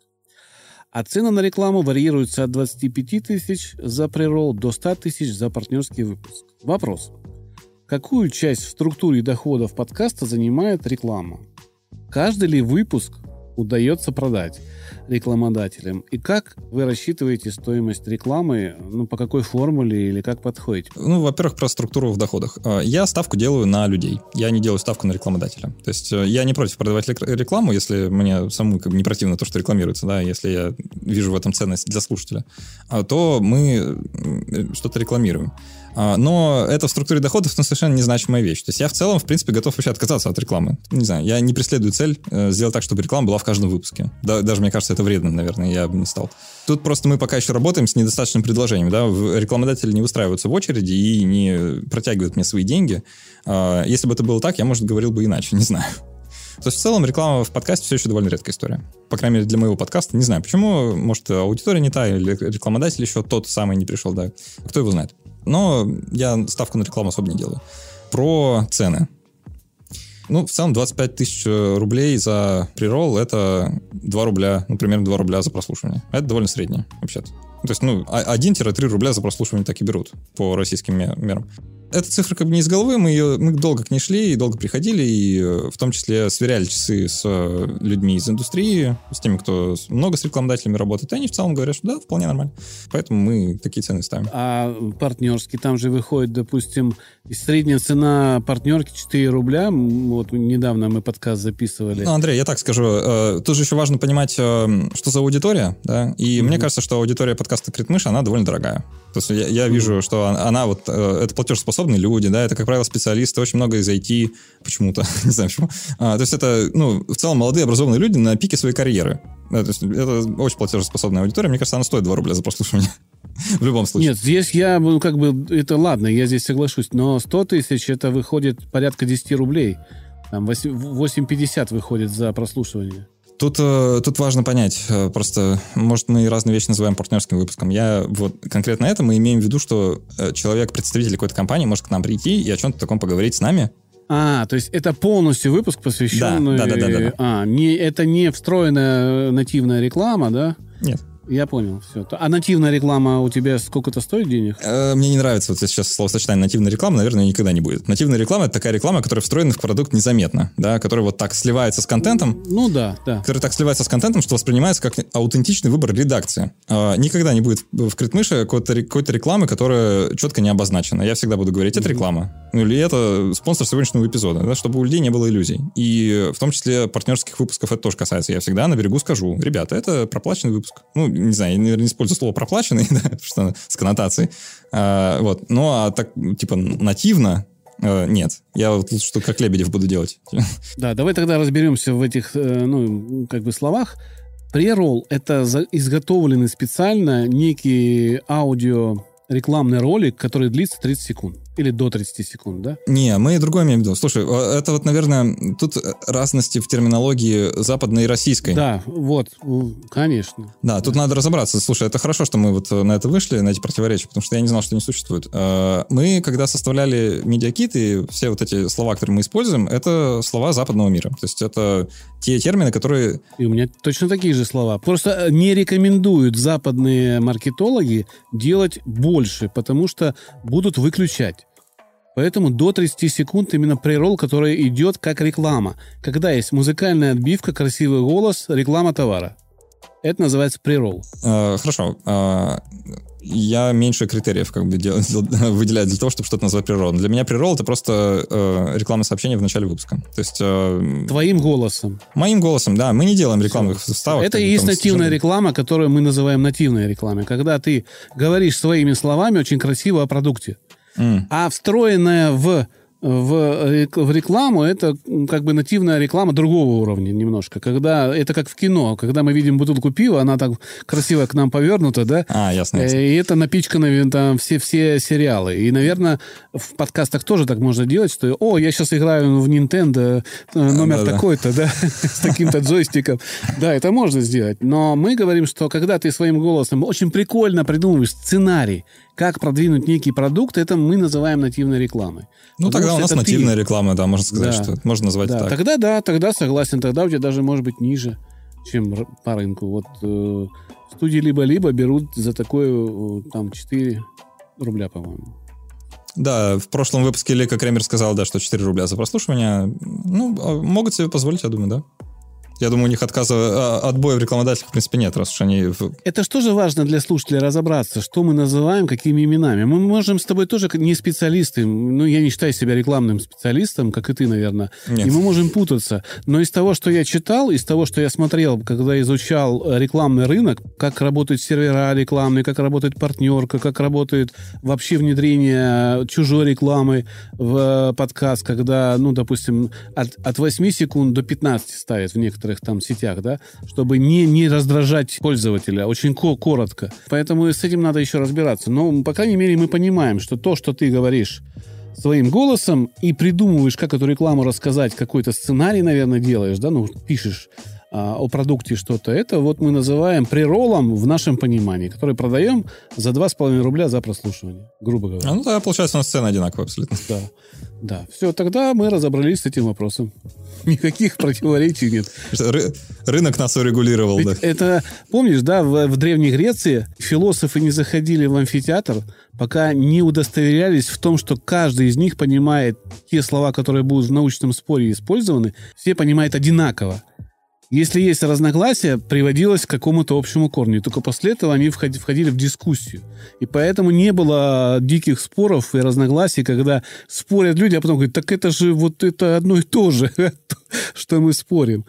А цены на рекламу варьируются от 25 тысяч за pre-roll до 100 тысяч за партнерский выпуск. Вопрос. какую часть в структуре доходов подкаста занимает реклама? Каждый ли выпуск удается продать рекламодателям? И как вы рассчитываете стоимость рекламы? По какой формуле или как подходите? Во-первых, про структуру в доходах. Я ставку делаю на людей. Я не делаю ставку на рекламодателя. То есть я не против продавать рекламу, если мне самому не противно то, что рекламируется, да, если я вижу в этом ценность для слушателя, то мы что-то рекламируем. Но это в структуре доходов совершенно незначимая вещь. То есть я в целом, в принципе, готов вообще отказаться от рекламы. Не знаю, я не преследую цель сделать так, чтобы реклама была в каждом выпуске. Даже, мне кажется, это вредно, наверное, я бы не стал. Тут просто мы пока еще работаем с недостаточным предложением. Да? Рекламодатели не выстраиваются в очереди и не протягивают мне свои деньги. Если бы это было так, я, может, говорил бы иначе, не знаю. То есть в целом реклама в подкасте все еще довольно редкая история. По крайней мере, для моего подкаста. Не знаю, почему. Может, аудитория не та, или рекламодатель еще тот самый не пришел, да. Кто его знает. Но я ставку на рекламу особо не делаю. Про цены. В целом 25 тысяч рублей за преролл — это 2 рубля, примерно 2 рубля за прослушивание. Это довольно среднее, вообще-то. То есть, 1-3 рубля за прослушивание так и берут по российским мерам. Эта цифра не из головы, мы долго к ней шли и долго приходили, и в том числе сверяли часы с людьми из индустрии, с теми, кто много с рекламодателями работает, и они в целом говорят, что да, вполне нормально. Поэтому мы такие цены ставим. А партнерский, там же выходит, допустим, средняя цена партнерки 4 рубля, вот недавно мы подкаст записывали. Андрей, я так скажу, тут же еще важно понимать, что за аудитория, да, и мне кажется, что аудитория подкаста «Критмыш», она довольно дорогая. То есть я вижу, что она это платежеспособные люди, да, это, как правило, специалисты, очень много из IT почему-то, не знаю почему. То есть это, в целом молодые образованные люди на пике своей карьеры. Да, то есть это очень платежеспособная аудитория, мне кажется, она стоит 2 рубля за прослушивание. В любом случае. Нет, здесь я, это ладно, я здесь соглашусь, но 100 тысяч это выходит порядка 10 рублей. Там 8,50 выходит за прослушивание. Тут важно понять, просто, может, мы разные вещи называем партнерским выпуском. Конкретно это мы имеем в виду, что человек, представитель какой-то компании, может к нам прийти и о чем-то таком поговорить с нами. То есть это полностью выпуск, посвященный... Да. Это не встроенная нативная реклама, да? Нет. Я понял, все. А нативная реклама у тебя сколько-то стоит денег? Мне не нравится сейчас словосочетание нативная реклама, наверное, никогда не будет. Нативная реклама — это такая реклама, которая встроена в продукт незаметно, да, которая вот так сливается с контентом. Да. Которая так сливается с контентом, что воспринимается как аутентичный выбор редакции. Никогда не будет в Критмыше какой-то рекламы, которая четко не обозначена. Я всегда буду говорить, это реклама. Или это спонсор сегодняшнего эпизода, да, чтобы у людей не было иллюзий. И в том числе партнерских выпусков это тоже касается. Я всегда на берегу скажу, ребята, это проплаченный выпуск. Не знаю, я, наверное, не использую слово «проплаченный», да, потому что с коннотацией. Так, нативно нет. Я лучше что как Лебедев буду делать. Да, давай тогда разберемся в этих, словах. Преролл — это изготовленный специально некий аудио-рекламный ролик, который длится 30 секунд. Или до 30 секунд, да? Не, мы другое имеем в виду. Слушай, это наверное, тут разности в терминологии западной и российской. Да, конечно. Да, тут надо разобраться. Слушай, это хорошо, что мы на это вышли, на эти противоречия, потому что я не знал, что они существуют. Мы, когда составляли медиакит, и все вот эти слова, которые мы используем, это слова западного мира. То есть это те термины, которые... И у меня точно такие же слова. Просто не рекомендуют западные маркетологи делать больше, потому что будут выключать. Поэтому до 30 секунд именно преролл, который идет как реклама. Когда есть музыкальная отбивка, красивый голос, реклама товара. Это называется преролл. Хорошо. Я меньше критериев выделяю для того, чтобы что-то назвать прероллом. Для меня преролл — это просто рекламное сообщение в начале выпуска. То есть... Твоим голосом. Моим голосом, да. Мы не делаем рекламных вставок. Это и есть нативная реклама, которую мы называем нативной рекламой. Когда ты говоришь своими словами очень красиво о продукте. А встроенная в рекламу, это нативная реклама другого уровня немножко. Когда это как в кино, когда мы видим бутылку пива, она так красиво к нам повернута, да? Ясно. И это напичкано там все сериалы. И, наверное, в подкастах тоже так можно делать, что я сейчас играю в Nintendo номер такой-то, да, с таким-то джойстиком. Да, это можно сделать. Но мы говорим, что когда ты своим голосом очень прикольно придумываешь сценарий, как продвинуть некий продукт, это мы называем нативной рекламой. Тогда у нас нативная реклама, да, можно сказать, что можно назвать так. Тогда согласен, тогда у тебя даже может быть ниже, чем по рынку. Студии либо-либо берут за такое там 4 рубля, по-моему. Да, в прошлом выпуске Лика Кремер сказал, да, что 4 рубля за прослушивание. Ну, могут себе позволить, я думаю, да. Я думаю, у них отбоя в рекламодателях, в принципе, нет, раз уж они... Это что же важно для слушателей разобраться, что мы называем, какими именами. Мы можем с тобой тоже не специалисты, ну, я не считаю себя рекламным специалистом, как и ты, наверное, Нет. и мы можем путаться. Но из того, что я читал, из того, что я смотрел, когда изучал рекламный рынок, как работают сервера рекламные, как работает партнерка, как работает вообще внедрение чужой рекламы в подкаст, когда, ну, допустим, от 8 секунд до 15 ставят в некоторых там сетях, да, чтобы не раздражать пользователя, очень коротко. Поэтому с этим надо еще разбираться. Но, по крайней мере, мы понимаем, что то, что ты говоришь своим голосом и придумываешь, как эту рекламу рассказать, какой-то сценарий, наверное, делаешь, да, ну, пишешь о продукте что-то, это вот мы называем прероллом в нашем понимании, который продаем за 2,5 рубля за прослушивание, грубо говоря. Ну, да, получается, у нас цены одинаковые абсолютно. Да. Все, тогда мы разобрались с этим вопросом. Никаких противоречий нет. Рынок нас урегулировал, Ведь да. это, помнишь, да, в Древней Греции философы не заходили в амфитеатр, пока не удостоверялись в том, что каждый из них понимает те слова, которые будут в научном споре использованы, все понимают одинаково. Если есть разногласия, приводилось к какому-то общему корню. И только после этого они входили в дискуссию. И поэтому не было диких споров и разногласий, когда спорят люди, а потом говорят, так это же вот это одно и то же, что мы спорим.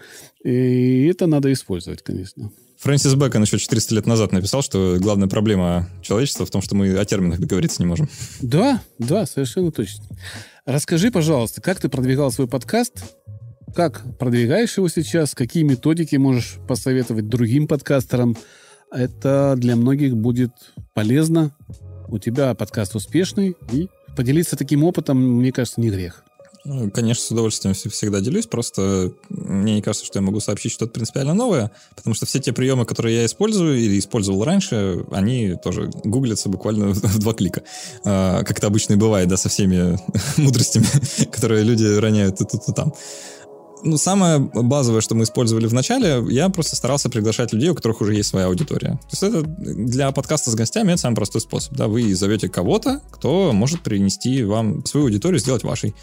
И это надо использовать, конечно. Фрэнсис Бэкон еще 400 лет назад написал, что главная проблема человечества в том, что мы о терминах договориться не можем. Да, совершенно точно. Расскажи, пожалуйста, как ты продвигал свой подкаст? Как продвигаешь его сейчас? Какие методики можешь посоветовать другим подкастерам? Это для многих будет полезно. У тебя подкаст успешный, и поделиться таким опытом, мне кажется, не грех. Конечно, с удовольствием всегда делюсь, просто мне не кажется, что я могу сообщить что-то принципиально новое, потому что все те приемы, которые я использую или использовал раньше, они тоже гуглятся буквально в 2 клика. Как это обычно и бывает, да, со всеми мудростями, которые люди роняют и тут, и там. Ну, самое базовое, что мы использовали в начале, я просто старался приглашать людей, у которых уже есть своя аудитория. То есть это для подкаста с гостями это самый простой способ. Да? Вы зовете кого-то, кто может принести вам свою аудиторию, сделать вашей.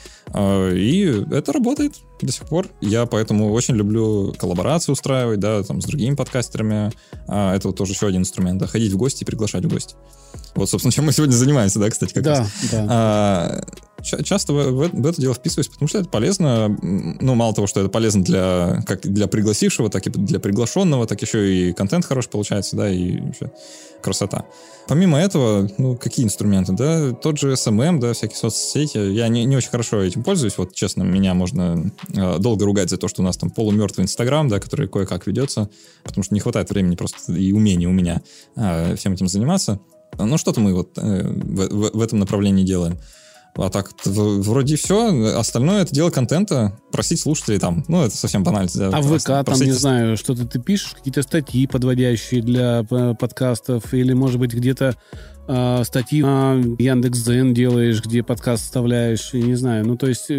И это работает до сих пор. Я поэтому очень люблю коллаборации устраивать, да, там, с другими подкастерами. Это вот тоже еще один инструмент, да, ходить в гости и приглашать в гости. Вот, собственно, чем мы сегодня занимаемся, да, кстати, как раз. Да. Часто в это дело вписываюсь, потому что это полезно. Ну, мало того, что это полезно как для пригласившего, так и для приглашенного, так еще и контент хороший получается, да, и вообще красота. Помимо этого, ну, какие инструменты, да, тот же SMM, да, всякие соцсети, я не очень хорошо этим пользуюсь, вот, честно, меня можно долго ругать за то, что у нас там полумертвый Инстаграм, да, который кое-как ведется, потому что не хватает времени просто и умения у меня всем этим заниматься. Ну, что-то мы вот в этом направлении делаем. А так, вроде все. Остальное — это дело контента. Просить слушателей там. Ну, это совсем банально. Да, а в ВК там, не знаю, что-то ты пишешь, какие-то статьи подводящие для подкастов, или, может быть, где-то статьи на Яндекс.Дзен делаешь, где подкаст вставляешь, и не знаю. Ну, то есть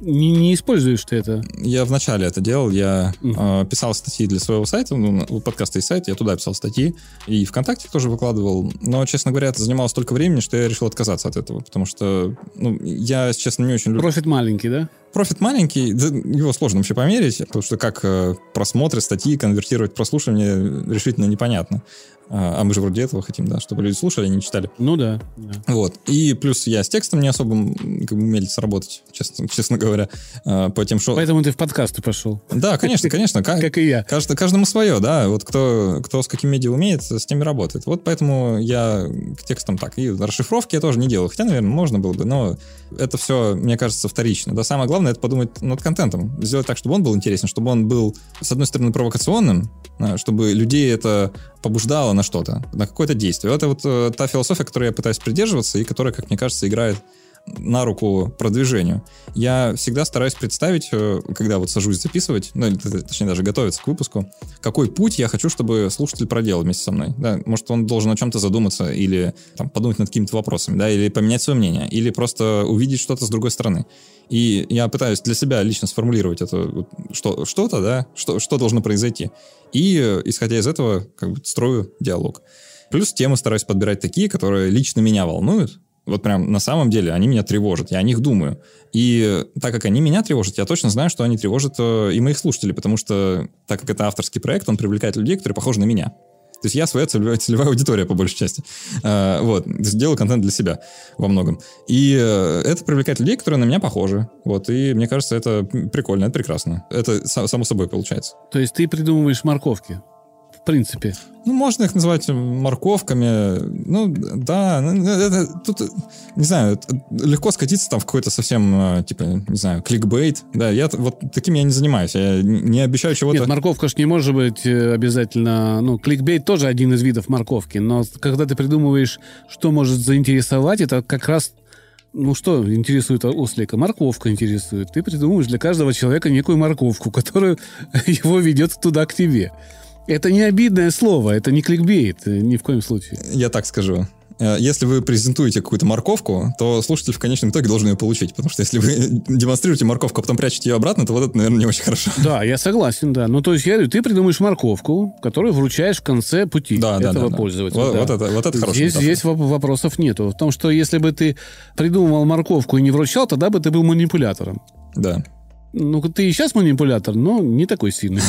не используешь ты это? Я вначале это делал. Я писал статьи для своего сайта. Ну, у подкаста есть сайт, я туда писал статьи. И ВКонтакте тоже выкладывал. Но, честно говоря, это занимало столько времени, что я решил отказаться от этого. Потому что, ну, я, честно, не очень люблю... Профит маленький, да? Профит маленький, да, его сложно вообще померить, потому что как просмотры статьи конвертировать в прослушивание решительно непонятно. А мы же вроде этого хотим, да, чтобы люди слушали, а не читали. Ну да. Вот. И плюс я с текстом не особо умелец работать, честно говоря, по тем шоу. Поэтому ты в подкасты пошел. Да, конечно. Как и я. Каждому свое, да. Вот кто с каким медиа умеет, с теми работает. Вот поэтому я к текстам так. И расшифровки я тоже не делаю. Хотя, наверное, можно было бы, но это все, мне кажется, вторично. Да, самое главное — это подумать над контентом. Сделать так, чтобы он был интересен, чтобы он был, с одной стороны, провокационным, чтобы людей это побуждало на что-то, на какое-то действие. Это вот та философия, которой я пытаюсь придерживаться и которая, как мне кажется, играет на руку продвижению. Я всегда стараюсь представить, когда вот сажусь записывать, ну, точнее, даже готовиться к выпуску, какой путь я хочу, чтобы слушатель проделал вместе со мной. Да, может, он должен о чем-то задуматься или там, подумать над какими-то вопросами, да, или поменять свое мнение, или просто увидеть что-то с другой стороны. И я пытаюсь для себя лично сформулировать это что-то, да, что должно произойти. И, исходя из этого, как бы строю диалог. Плюс темы стараюсь подбирать такие, которые лично меня волнуют, Вот прям на самом деле они меня тревожат, я о них думаю. И так как они меня тревожат, я точно знаю, что они тревожат и моих слушателей, потому что, так как это авторский проект, он привлекает людей, которые похожи на меня. То есть я своя целевая аудитория, по большей части. Вот. Делаю контент для себя во многом. И это привлекает людей, которые на меня похожи. Вот. И мне кажется, это прикольно, это прекрасно. Это само собой получается. То есть ты придумываешь морковки, в принципе? Ну, можно их называть морковками. Ну, да. Тут, не знаю, легко скатиться там в какой-то совсем, типа, не знаю, кликбейт. Да, вот таким я не занимаюсь. Я не обещаю чего-то... Нет, морковка ж не может быть обязательно... Ну, кликбейт тоже один из видов морковки. Но когда ты придумываешь, что может заинтересовать, это как раз... Ну, что интересует ослика? Морковка интересует. Ты придумываешь для каждого человека некую морковку, которая его ведет туда, к тебе. Это не обидное слово, это не кликбейт, ни в коем случае. Я так скажу. Если вы презентуете какую-то морковку, то слушатель в конечном итоге должен ее получить. Потому что если вы демонстрируете морковку, а потом прячете ее обратно, то вот это, наверное, не очень хорошо. Да, я согласен, да. Ну, то есть, я говорю, ты придумаешь морковку, которую вручаешь в конце пути этого пользователя. Вот это хорошо. Здесь вопросов нету. В том, что если бы ты придумывал морковку и не вручал, тогда бы ты был манипулятором. Да. Ну, ты и сейчас манипулятор, но не такой сильный,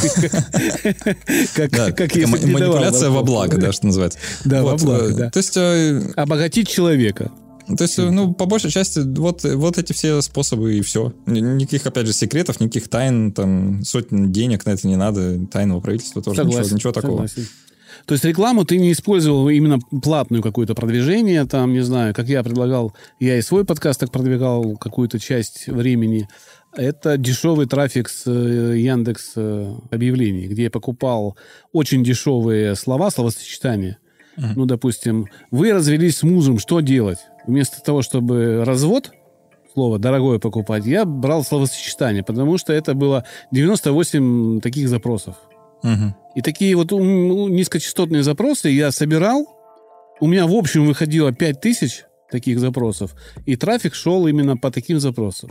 как если бы не давал манипуляция во благо, да, что называется. Да, во благо, да. То есть... Обогатить человека. То есть, ну, по большей части, вот эти все способы и все. Никаких, опять же, секретов, никаких тайн, там, сотен денег на это не надо, тайного правительства тоже, ничего такого. Согласен. То есть рекламу ты не использовал именно платную какое-то продвижение, там, не знаю, как я предлагал, я и свой подкаст так продвигал какую-то часть времени. Это дешевый трафик с Яндекс объявлений, где я покупал очень дешевые словосочетания. Ну, допустим, вы развелись с мужем, что делать? Вместо того, чтобы развод, слово дорогое покупать, я брал словосочетание, потому что это было 98 таких запросов. И такие вот низкочастотные запросы я собирал. У меня в общем выходило 5000 таких запросов, и трафик шел именно по таким запросам.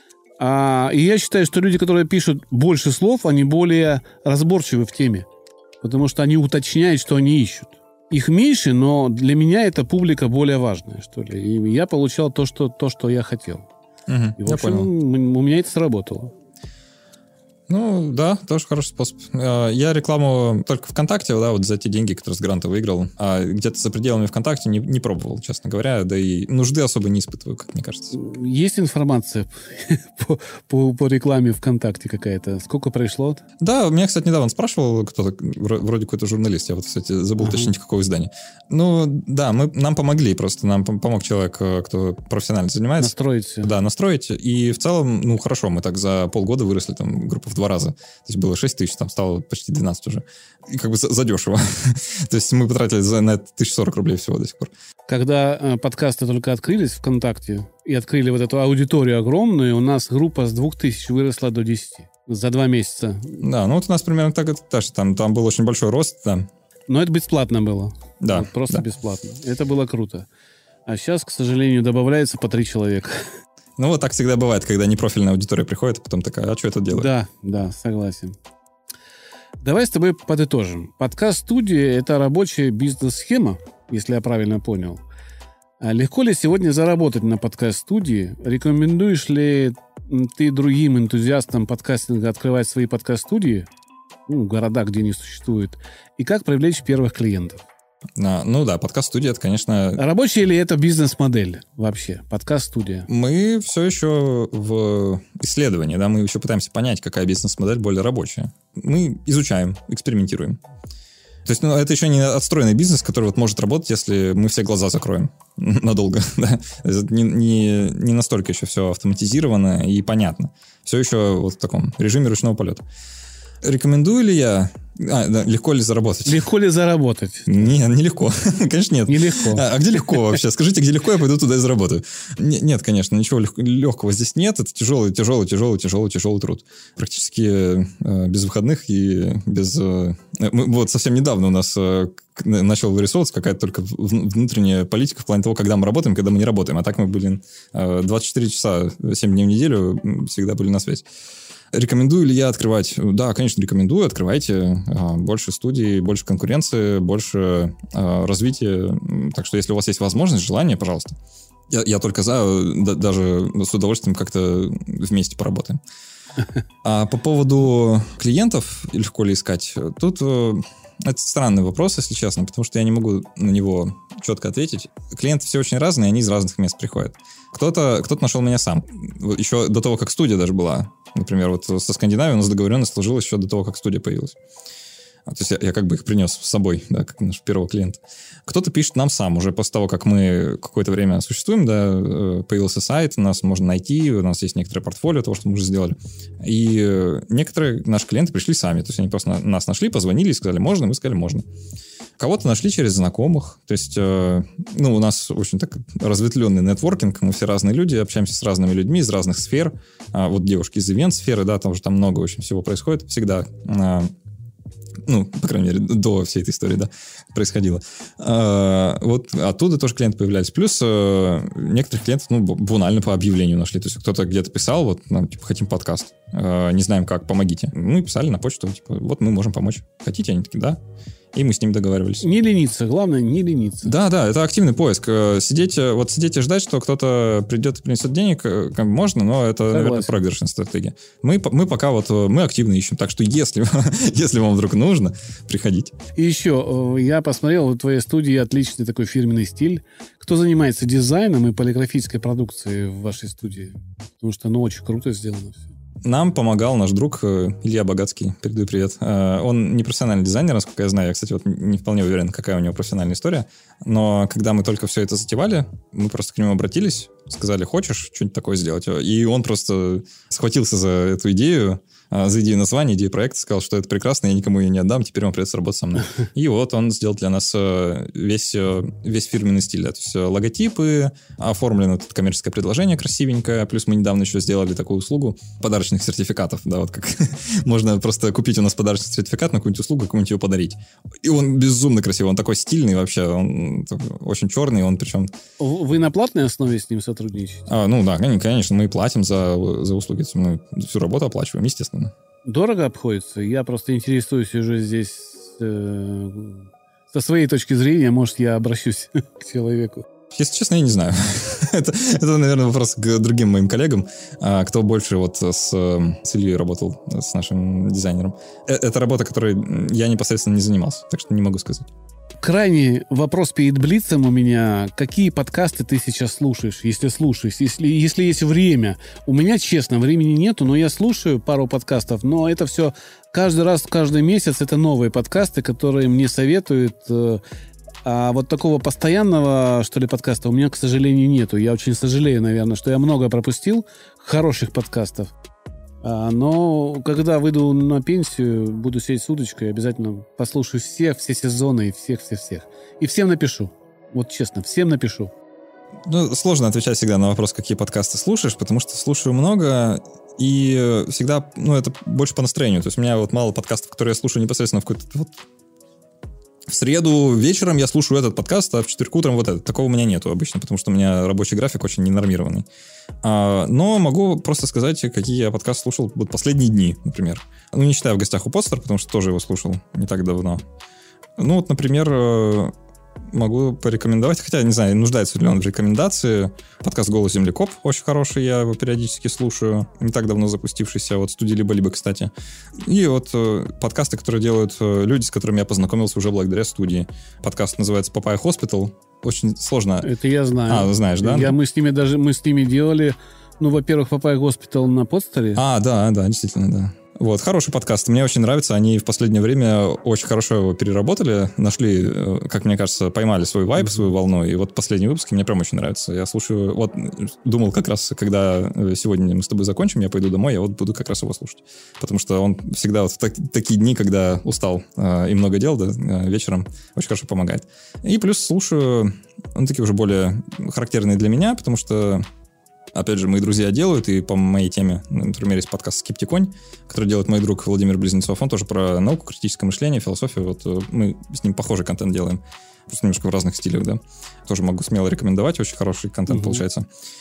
И я считаю, что люди, которые пишут больше слов, они более разборчивы в теме, потому что они уточняют, что они ищут. Их меньше, но для меня эта публика более важная, что ли. И я получал то, что я хотел. И, в общем, у меня это сработало. Ну, да, тоже хороший способ. Я рекламу только ВКонтакте, да, вот за те деньги, которые с гранта выиграл, а где-то за пределами ВКонтакте не пробовал, честно говоря, да и нужды особо не испытываю, как мне кажется. Есть информация по рекламе ВКонтакте какая-то? Сколько пришло? Да, меня, кстати, недавно спрашивал кто-то, вроде какой-то журналист, я вот, кстати, забыл уточнить, какого издания. Ну, да, нам помогли просто, нам помог человек, кто профессионально занимается. Настроить все. Да, настроить, и в целом, ну, хорошо, мы так за полгода выросли, там, группа в 2 раза. То есть было 6 тысяч, там стало почти 12 уже. И как бы задешево. То есть мы потратили на это 1040 рублей всего до сих пор. Когда подкасты только открылись ВКонтакте и открыли вот эту аудиторию огромную, у нас группа с 2000 выросла до 10 за 2 месяца. Да, ну вот у нас примерно так это тоже. Там был очень большой рост, да. Но это бесплатно было. Да. Вот просто бесплатно. Это было круто. А сейчас, к сожалению, добавляется по 3 человека. Ну, вот так всегда бывает, когда непрофильная аудитория приходит, а потом такая, а что это делает? Да, согласен. Давай с тобой подытожим. Подкаст-студия — это рабочая бизнес-схема, если я правильно понял. А легко ли сегодня заработать на подкаст-студии? Рекомендуешь ли ты другим энтузиастам подкастинга открывать свои подкаст-студии? В городах, где не существует. И как привлечь первых клиентов? Ну да, подкаст-студия, это, конечно... Рабочая ли это бизнес-модель вообще? Подкаст-студия. Мы все еще в исследовании, да, мы еще пытаемся понять, какая бизнес-модель более рабочая. Мы изучаем, экспериментируем. То есть, ну, это еще не отстроенный бизнес, который вот может работать, если мы все глаза закроем надолго. Да? Не настолько еще все автоматизировано и понятно. Все еще вот в таком режиме ручного полета. Рекомендую ли я... да, легко ли заработать? Легко ли заработать? Нет, нелегко. Конечно, нет. Нелегко. А где легко вообще? Скажите, где легко, я пойду туда и заработаю. Нет, конечно, ничего легкого здесь нет. Это тяжелый труд. Практически без выходных и без... Вот совсем недавно у нас начала вырисовываться какая-то только внутренняя политика в плане того, когда мы работаем, когда мы не работаем. А так мы, 24 часа, 7 дней в неделю всегда были на связи. Рекомендую ли я открывать? Да, конечно, рекомендую. Открывайте. Больше студий, больше конкуренции, больше развития. Так что если у вас есть возможность, желание, пожалуйста. Я только даже с удовольствием как-то вместе поработаем. А по поводу клиентов, легко ли искать, тут это странный вопрос, если честно, потому что я не могу на него четко ответить. Клиенты все очень разные, они из разных мест приходят. Кто-то нашел меня сам. Еще до того, как студия даже была. Например, вот со Скандинавией у нас договоренность сложилась еще до того, как студия появилась. То есть я как бы их принес с собой, да, как наш первого клиента. Кто-то пишет нам сам, уже после того, как мы какое-то время существуем, да, появился сайт, нас можно найти, у нас есть некоторое портфолио того, что мы уже сделали. И некоторые наши клиенты пришли сами, то есть они просто нас нашли, позвонили и сказали, можно, мы сказали, можно. Кого-то нашли через знакомых, то есть, у нас очень так разветвленный нетворкинг, мы все разные люди, общаемся с разными людьми из разных сфер. Вот девушки из ивент-сферы, да, там много очень всего происходит всегда. По крайней мере, до всей этой истории, да, происходило. Вот оттуда тоже клиенты появлялись. Плюс некоторых клиентов, банально по объявлению нашли. То есть кто-то где-то писал, вот, нам, хотим подкаст, не знаем как, помогите. Мы писали на почту, вот мы можем помочь. Хотите? Они такие, да. И мы с ними договаривались. Не лениться, главное, не лениться. Да, это активный поиск. Сидеть и ждать, что кто-то придет и принесет денег, можно, но это, согласен, наверное, проигрышная стратегия. Мы пока мы активно ищем. Так что если вам вдруг нужно, приходите. И еще, я посмотрел, в твоей студии отличный такой фирменный стиль. Кто занимается дизайном и полиграфической продукцией в вашей студии? Потому что, очень круто сделано все. Нам помогал наш друг Илья Богатский. Передаю привет. Он не профессиональный дизайнер, насколько я знаю. Я, кстати, не вполне уверен, какая у него профессиональная история. Но когда мы только все это затевали, мы просто к нему обратились, сказали, хочешь что-нибудь такое сделать? И он просто схватился за эту идею, за идею названия, идею проекта, сказал, что это прекрасно, я никому ее не отдам, теперь вам придется работать со мной. И вот он сделал для нас весь фирменный стиль. Да. То есть логотипы, оформлено тут коммерческое предложение красивенькое, плюс мы недавно еще сделали такую услугу подарочных сертификатов, да, вот как можно просто купить у нас подарочный сертификат на какую-нибудь услугу, кому-нибудь его подарить. И он безумно красивый, он такой стильный вообще, он очень черный, он причем... Вы на платной основе с ним сотрудничаете? Да, конечно, мы платим за услуги, мы всю работу оплачиваем, естественно. Дорого обходится? Я просто интересуюсь уже здесь со своей точки зрения, может, я обращусь к человеку. Если честно, я не знаю. это, наверное, вопрос к другим моим коллегам, кто больше вот с Ильей работал, с нашим дизайнером. Это работа, которой я непосредственно не занимался, так что не могу сказать. Крайний вопрос перед Блицем у меня. Какие подкасты ты сейчас слушаешь, если слушаешь, если есть время? У меня, честно, времени нету, но я слушаю пару подкастов, но это все каждый раз, каждый месяц это новые подкасты, которые мне советуют. А вот такого постоянного, что ли, подкаста у меня, к сожалению, нету. Я очень сожалею, наверное, что я много пропустил хороших подкастов. Но когда выйду на пенсию, буду сидеть с удочкой, обязательно послушаю все сезоны и всех. И всем напишу. Вот честно, всем напишу. Сложно отвечать всегда на вопрос, какие подкасты слушаешь, потому что слушаю много, и всегда, это больше по настроению. То есть у меня вот мало подкастов, которые я слушаю непосредственно в какой-то... В среду вечером я слушаю этот подкаст, а в четверг утром вот этот. Такого у меня нету обычно, потому что у меня рабочий график очень ненормированный. Но могу просто сказать, какие я подкасты слушал вот последние дни, например. Не считая «В гостях у Постер», потому что тоже его слушал не так давно. Например, могу порекомендовать, хотя, не знаю, нуждается ли он в рекомендации. Подкаст «Голос землекоп» очень хороший, я его периодически слушаю. Не так давно запустившийся, от студии «Либо-либо», кстати. И вот подкасты, которые делают люди, с которыми я познакомился уже благодаря студии. Подкаст называется «Papaya Hospital». Очень сложно. Это я знаю. Знаешь, да? Мы с ними делали, во-первых, «Papaya Hospital» на подстере. Да, действительно, да. Вот, хороший подкаст. Мне очень нравится. Они в последнее время очень хорошо его переработали. Нашли, как мне кажется, поймали свой вайб, свою волну. И вот последние выпуски мне прям очень нравятся. Я слушаю... Вот, думал как раз, когда сегодня мы с тобой закончим, я пойду домой, я вот буду как раз его слушать. Потому что он всегда вот в такие дни, когда устал и много дел, да, вечером очень хорошо помогает. И плюс слушаю, такие уже более характерные для меня, потому что опять же, мои друзья делают, и по моей теме, например, есть подкаст «Скептиконь», который делает мой друг Владимир Близнецов. Он тоже про науку, критическое мышление, философию. Вот мы с ним похожий контент делаем, просто немножко в разных стилях, да. Тоже могу смело рекомендовать, очень хороший контент получается.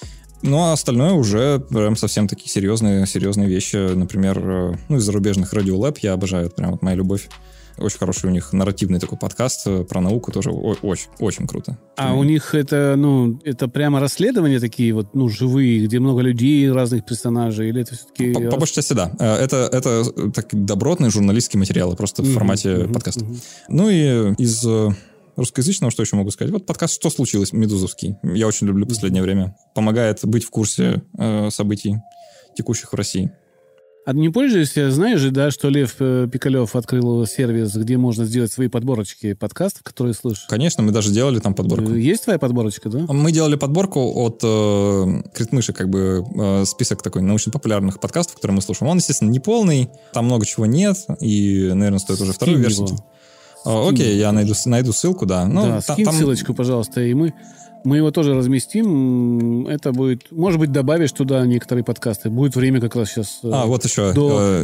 Ну, а остальное уже прям совсем такие серьезные вещи. Например, из зарубежных Radiolab я обожаю. Это прям вот моя любовь. Очень хороший у них нарративный такой подкаст про науку, тоже очень, очень круто. А у них это прямо расследования такие вот, живые, где много людей, разных персонажей, или это все-таки... По большей части, да. Это так, добротные журналистские материалы, просто в формате подкаста. Ну и из русскоязычного, что еще могу сказать? Вот подкаст «Что случилось?» медузовский. Я очень люблю в последнее время. Помогает быть в курсе событий, текущих в России. А не пользуешься, знаешь же, да, что Лев Пикалев открыл сервис, где можно сделать свои подборочки подкастов, которые слышишь? Конечно, мы даже делали там подборку. Есть твоя подборочка, да? Мы делали подборку от Критмыши, как бы список такой научно-популярных подкастов, которые мы слушаем. Он, естественно, не полный, там много чего нет, и, наверное, стоит уже вторую версию. Окей, я найду ссылку, да. Скинь ссылочку, пожалуйста, и мы его тоже разместим. Это будет... Может быть, добавишь туда некоторые подкасты. Будет время как раз сейчас... вот еще.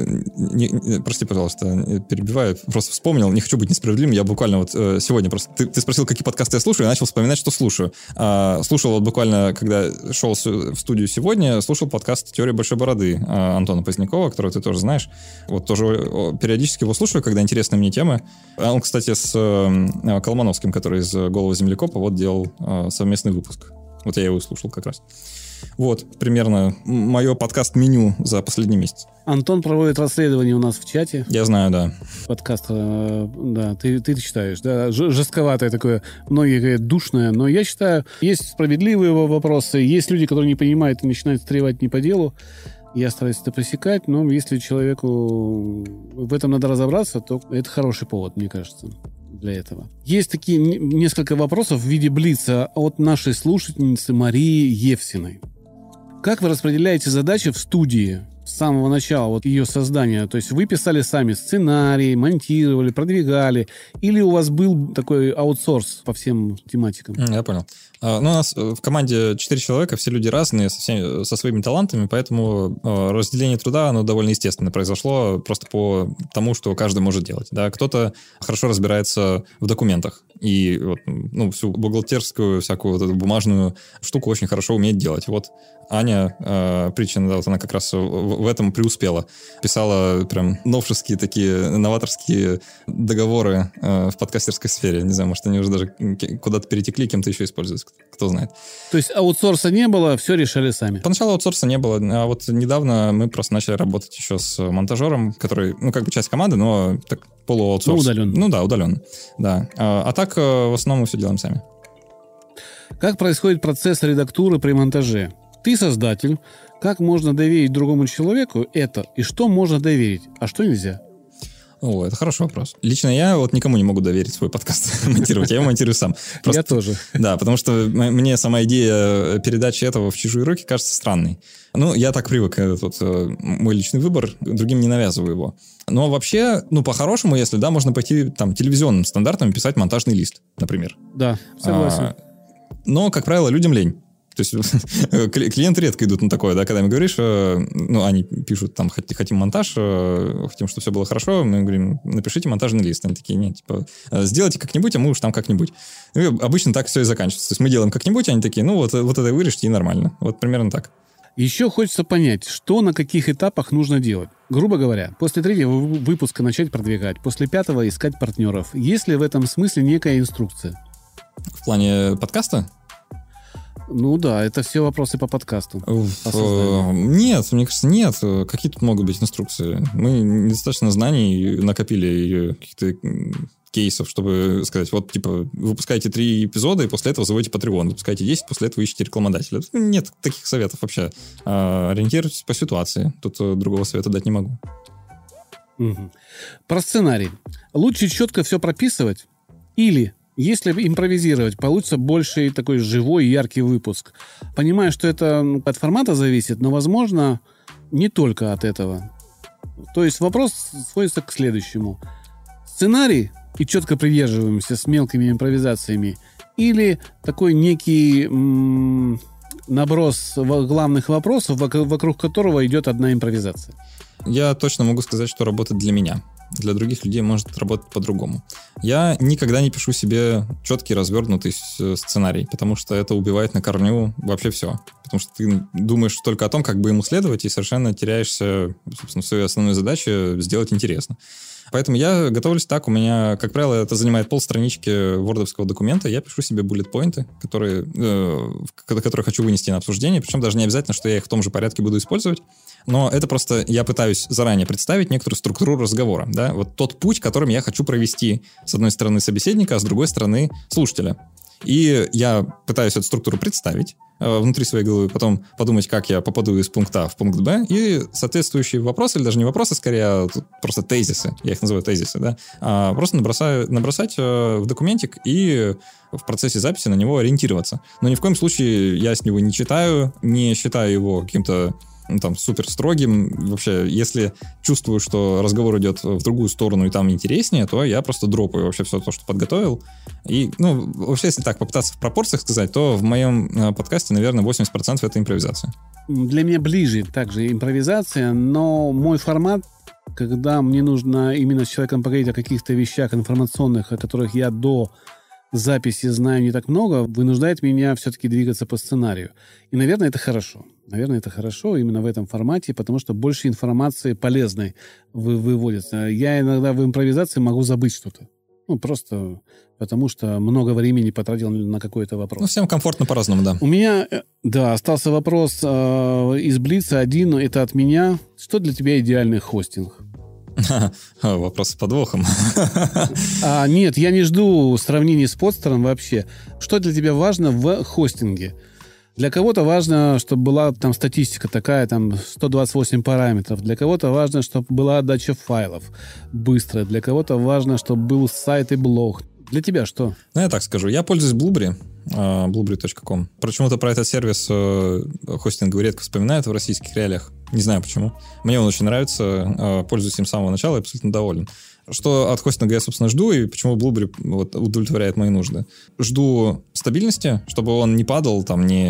Прости, пожалуйста, перебиваю. Просто вспомнил. Не хочу быть несправедливым. Я буквально вот сегодня просто... Ты спросил, какие подкасты я слушаю, и начал вспоминать, что слушаю. Слушал вот буквально, когда шел в студию сегодня, слушал подкаст «Теория большой бороды» Антона Позднякова, которого ты тоже знаешь. Вот тоже периодически его слушаю, когда интересны мне темы. Он, кстати, с Колмановским, который из «Голого землекопа», вот делал совместный выпуск. Вот я его слушал как раз. Вот, примерно мое подкаст-меню за последний месяц. Антон проводит расследование у нас в чате. Я знаю, да. Подкаст, да, ты читаешь, да, жестковатое такое, многие говорят, душное, но я считаю, есть справедливые вопросы, есть люди, которые не понимают и начинают встревать не по делу. Я стараюсь это пресекать, но если человеку в этом надо разобраться, то это хороший повод, мне кажется, для этого. Есть такие несколько вопросов в виде блица от нашей слушательницы Марии Евсиной. Как вы распределяете задачи в студии с самого начала, вот ее создания? То есть вы писали сами сценарий, монтировали, продвигали, или у вас был такой аутсорс по всем тематикам? Я понял. У нас в команде 4 человека, все люди разные, со своими талантами, поэтому разделение труда, оно довольно естественно произошло, просто по тому, что каждый может делать. Да? Кто-то хорошо разбирается в документах, и вот, всю бухгалтерскую, всякую вот эту бумажную штуку очень хорошо умеет делать. Вот Аня Притчина, да, вот она как раз в этом преуспела. Писала прям новшеские такие новаторские договоры в подкастерской сфере. Не знаю, может, они уже даже куда-то перетекли, кем-то еще используются, кто знает. То есть аутсорса не было, все решали сами? Поначалу аутсорса не было, а вот недавно мы просто начали работать еще с монтажером, который, как бы часть команды, но так полуаутсорс. Удаленно. Удаленно. Да. А так в основном мы все делаем сами. Как происходит процесс редактуры при монтаже? Ты создатель. Как можно доверить другому человеку это? И что можно доверить, а что нельзя? Это хороший вопрос. Лично я вот никому не могу доверить свой подкаст монтировать. Я его монтирую сам. Я тоже. Да, потому что мне сама идея передачи этого в чужие руки кажется странной. Я так привык. Это мой личный выбор. Другим не навязываю его. Но вообще, по-хорошему, если, да, можно пойти там телевизионным стандартам и писать монтажный лист, например. Да, согласен. Но, как правило, людям лень. То есть клиенты редко идут на такое, да, когда им говоришь, они пишут, там, хотим монтаж, хотим, чтобы все было хорошо, мы говорим, напишите монтажный лист. Они такие, нет, сделайте как-нибудь, а мы уж там как-нибудь. И обычно так все и заканчивается. То есть мы делаем как-нибудь, они такие, вот это вырежьте и нормально. Вот примерно так. Еще хочется понять, что на каких этапах нужно делать. Грубо говоря, после 3-го выпуска начать продвигать, после 5-го искать партнеров. Есть ли в этом смысле некая инструкция? В плане подкаста? Да, это все вопросы по подкасту. Нет, мне кажется, нет. Какие тут могут быть инструкции? Мы недостаточно знаний накопили и каких-то кейсов, чтобы сказать, вот, выпускайте 3 эпизода, и после этого заводите Patreon, выпускайте 10, после этого ищите рекламодателя. Нет таких советов вообще. Ориентируйтесь по ситуации. Тут другого совета дать не могу. Угу. Про сценарий. Лучше четко все прописывать или... Если импровизировать, получится больше такой живой, яркий выпуск. Понимаю, что это от формата зависит, но, возможно, не только от этого. То есть вопрос сводится к следующему. Сценарий, и четко придерживаемся с мелкими импровизациями, или такой некий наброс главных вопросов, вокруг которого идет одна импровизация. Я точно могу сказать, что работает для меня. Для других людей может работать по-другому. Я никогда не пишу себе четкий, развернутый сценарий, потому что это убивает на корню вообще все. Потому что ты думаешь только о том, как бы ему следовать, и совершенно теряешься, собственно, в своей основной задаче сделать интересно. Поэтому я готовлюсь так. У меня, как правило, это занимает полстранички вордовского документа. Я пишу себе буллет-поинты, которые хочу вынести на обсуждение. Причем даже не обязательно, что я их в том же порядке буду использовать. Но это просто я пытаюсь заранее представить некоторую структуру разговора. Да? Вот тот путь, которым я хочу провести, с одной стороны, собеседника, а с другой стороны, слушателя. И я пытаюсь эту структуру представить внутри своей головы, потом подумать, как я попаду из пункта А в пункт Б, и соответствующие вопросы, или даже не вопросы, скорее, а просто тезисы, я их называю тезисы, да, просто набросать в документик и в процессе записи на него ориентироваться. Но ни в коем случае я с него не читаю, не считаю его каким-то супер строгим. Вообще, если чувствую, что разговор идет в другую сторону и там интереснее, то я просто дропаю вообще все то, что подготовил. И, вообще, если так попытаться в пропорциях сказать, то в моем подкасте, наверное, 80% это импровизация. Для меня ближе также импровизация, но мой формат, когда мне нужно именно с человеком поговорить о каких-то вещах информационных, о которых я до записи знаю не так много, вынуждает меня все-таки двигаться по сценарию. И, наверное, это хорошо. Наверное, это хорошо именно в этом формате, потому что больше информации полезной выводится. Я иногда в импровизации могу забыть что-то. Просто потому что много времени потратил на какой-то вопрос. Всем комфортно по-разному, да. У меня, остался вопрос из Блица один, это от меня. Что для тебя идеальный хостинг? Вопрос с подвохом. Нет, я не жду сравнений с подстером вообще. Что для тебя важно в хостинге? Для кого-то важно, чтобы была там статистика такая, 128 параметров. Для кого-то важно, чтобы была отдача файлов быстрая. Для кого-то важно, чтобы был сайт и блог. Для тебя что? Я так скажу. Я пользуюсь Blubrry, blubrry.com. Почему-то про этот сервис хостинговый редко вспоминают в российских реалиях. Не знаю почему. Мне он очень нравится. Пользуюсь им с самого начала и абсолютно доволен. Что от хостинга я, собственно, жду, и почему Blubrry удовлетворяет мои нужды. Жду стабильности, чтобы он не падал,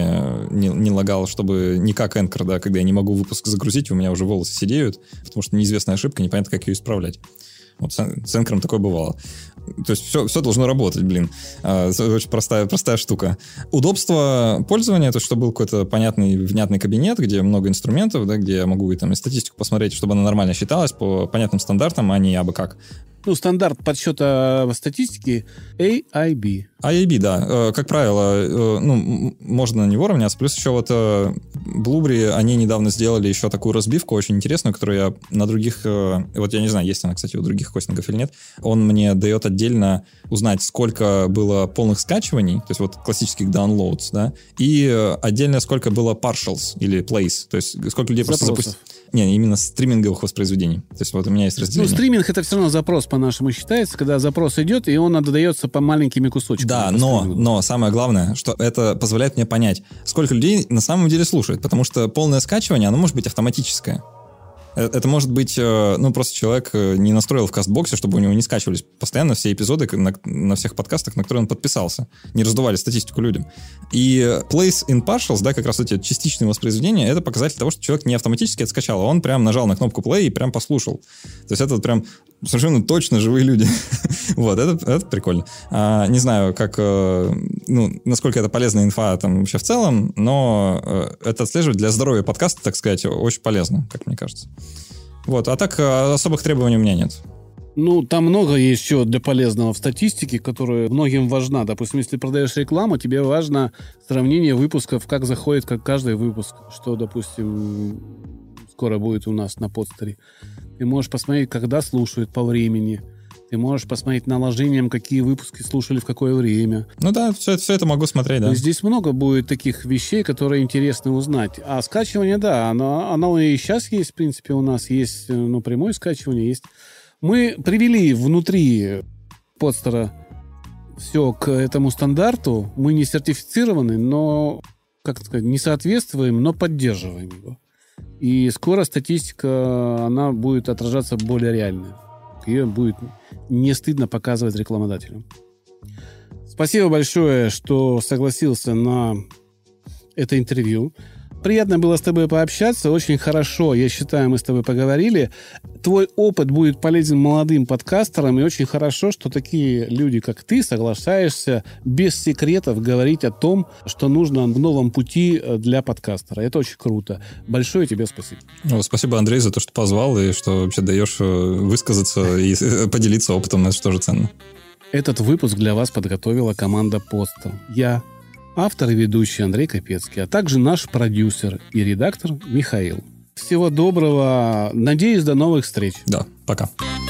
не лагал, чтобы не как Anchor, да, когда я не могу выпуск загрузить, у меня уже волосы сидеют, потому что неизвестная ошибка, непонятно, как ее исправлять. Вот с Anchor'ом такое бывало. То есть все должно работать, очень простая штука. Удобство пользования, то есть чтобы был какой-то понятный, внятный кабинет, где много инструментов, да, где я могу и статистику посмотреть, чтобы она нормально считалась по понятным стандартам, а не абы как. Стандарт подсчета статистики AIB. AIB, да. Как правило, можно на него равняться. Плюс еще Blubrry, они недавно сделали еще такую разбивку очень интересную, которую я на других... я не знаю, есть она, кстати, у других хостингов или нет. Он мне дает отдельно узнать, сколько было полных скачиваний, то есть классических downloads, да, и отдельно сколько было partials или plays, то есть сколько людей просто запустили. Не, именно стриминговых воспроизведений. То есть у меня есть разделение. Стриминг — это все равно запрос по-нашему считается, когда запрос идет, и он отдается по маленькими кусочкам. Да, но самое главное, что это позволяет мне понять, сколько людей на самом деле слушают, потому что полное скачивание, оно может быть автоматическое. Это может быть, просто человек не настроил в кастбоксе, чтобы у него не скачивались постоянно все эпизоды на всех подкастах, на которые он подписался. Не раздували статистику людям. И plays in partials, да, как раз эти частичные воспроизведения, это показатель того, что человек не автоматически это скачал, а он прям нажал на кнопку play и прям послушал. То есть это прям совершенно точно живые люди. Это прикольно. Не знаю, насколько это полезная инфа вообще в целом, но это отслеживать для здоровья подкаста, так сказать, очень полезно, как мне кажется. А так особых требований у меня нет. Там много есть еще для полезного в статистике, которая многим важна. Допустим, если продаешь рекламу, тебе важно сравнение выпусков, как заходит как каждый выпуск, что, допустим, скоро будет у нас на подстере. Ты можешь посмотреть, когда слушают по времени. Ты можешь посмотреть наложением, какие выпуски слушали в какое время. Все это могу смотреть, да. Здесь много будет таких вещей, которые интересно узнать. А скачивание, да, оно и сейчас есть, в принципе, у нас есть прямое скачивание, есть. Мы привели внутри подстера все к этому стандарту. Мы не сертифицированы, но, не соответствуем, но поддерживаем его. И скоро статистика, она будет отражаться более реально. Ее будет не стыдно показывать рекламодателям. Спасибо большое, что согласился на это интервью. Приятно было с тобой пообщаться, очень хорошо, я считаю, мы с тобой поговорили. Твой опыт будет полезен молодым подкастерам, и очень хорошо, что такие люди, как ты, соглашаешься без секретов говорить о том, что нужно в новом пути для подкастера. Это очень круто. Большое тебе спасибо. Спасибо, Андрей, за то, что позвал, и что вообще даешь высказаться и поделиться опытом, это тоже ценно. Этот выпуск для вас подготовила команда «Поста». Я, автор и ведущий Андрей Капецкий, а также наш продюсер и редактор Михаил. Всего доброго. Надеюсь, до новых встреч. Да, пока.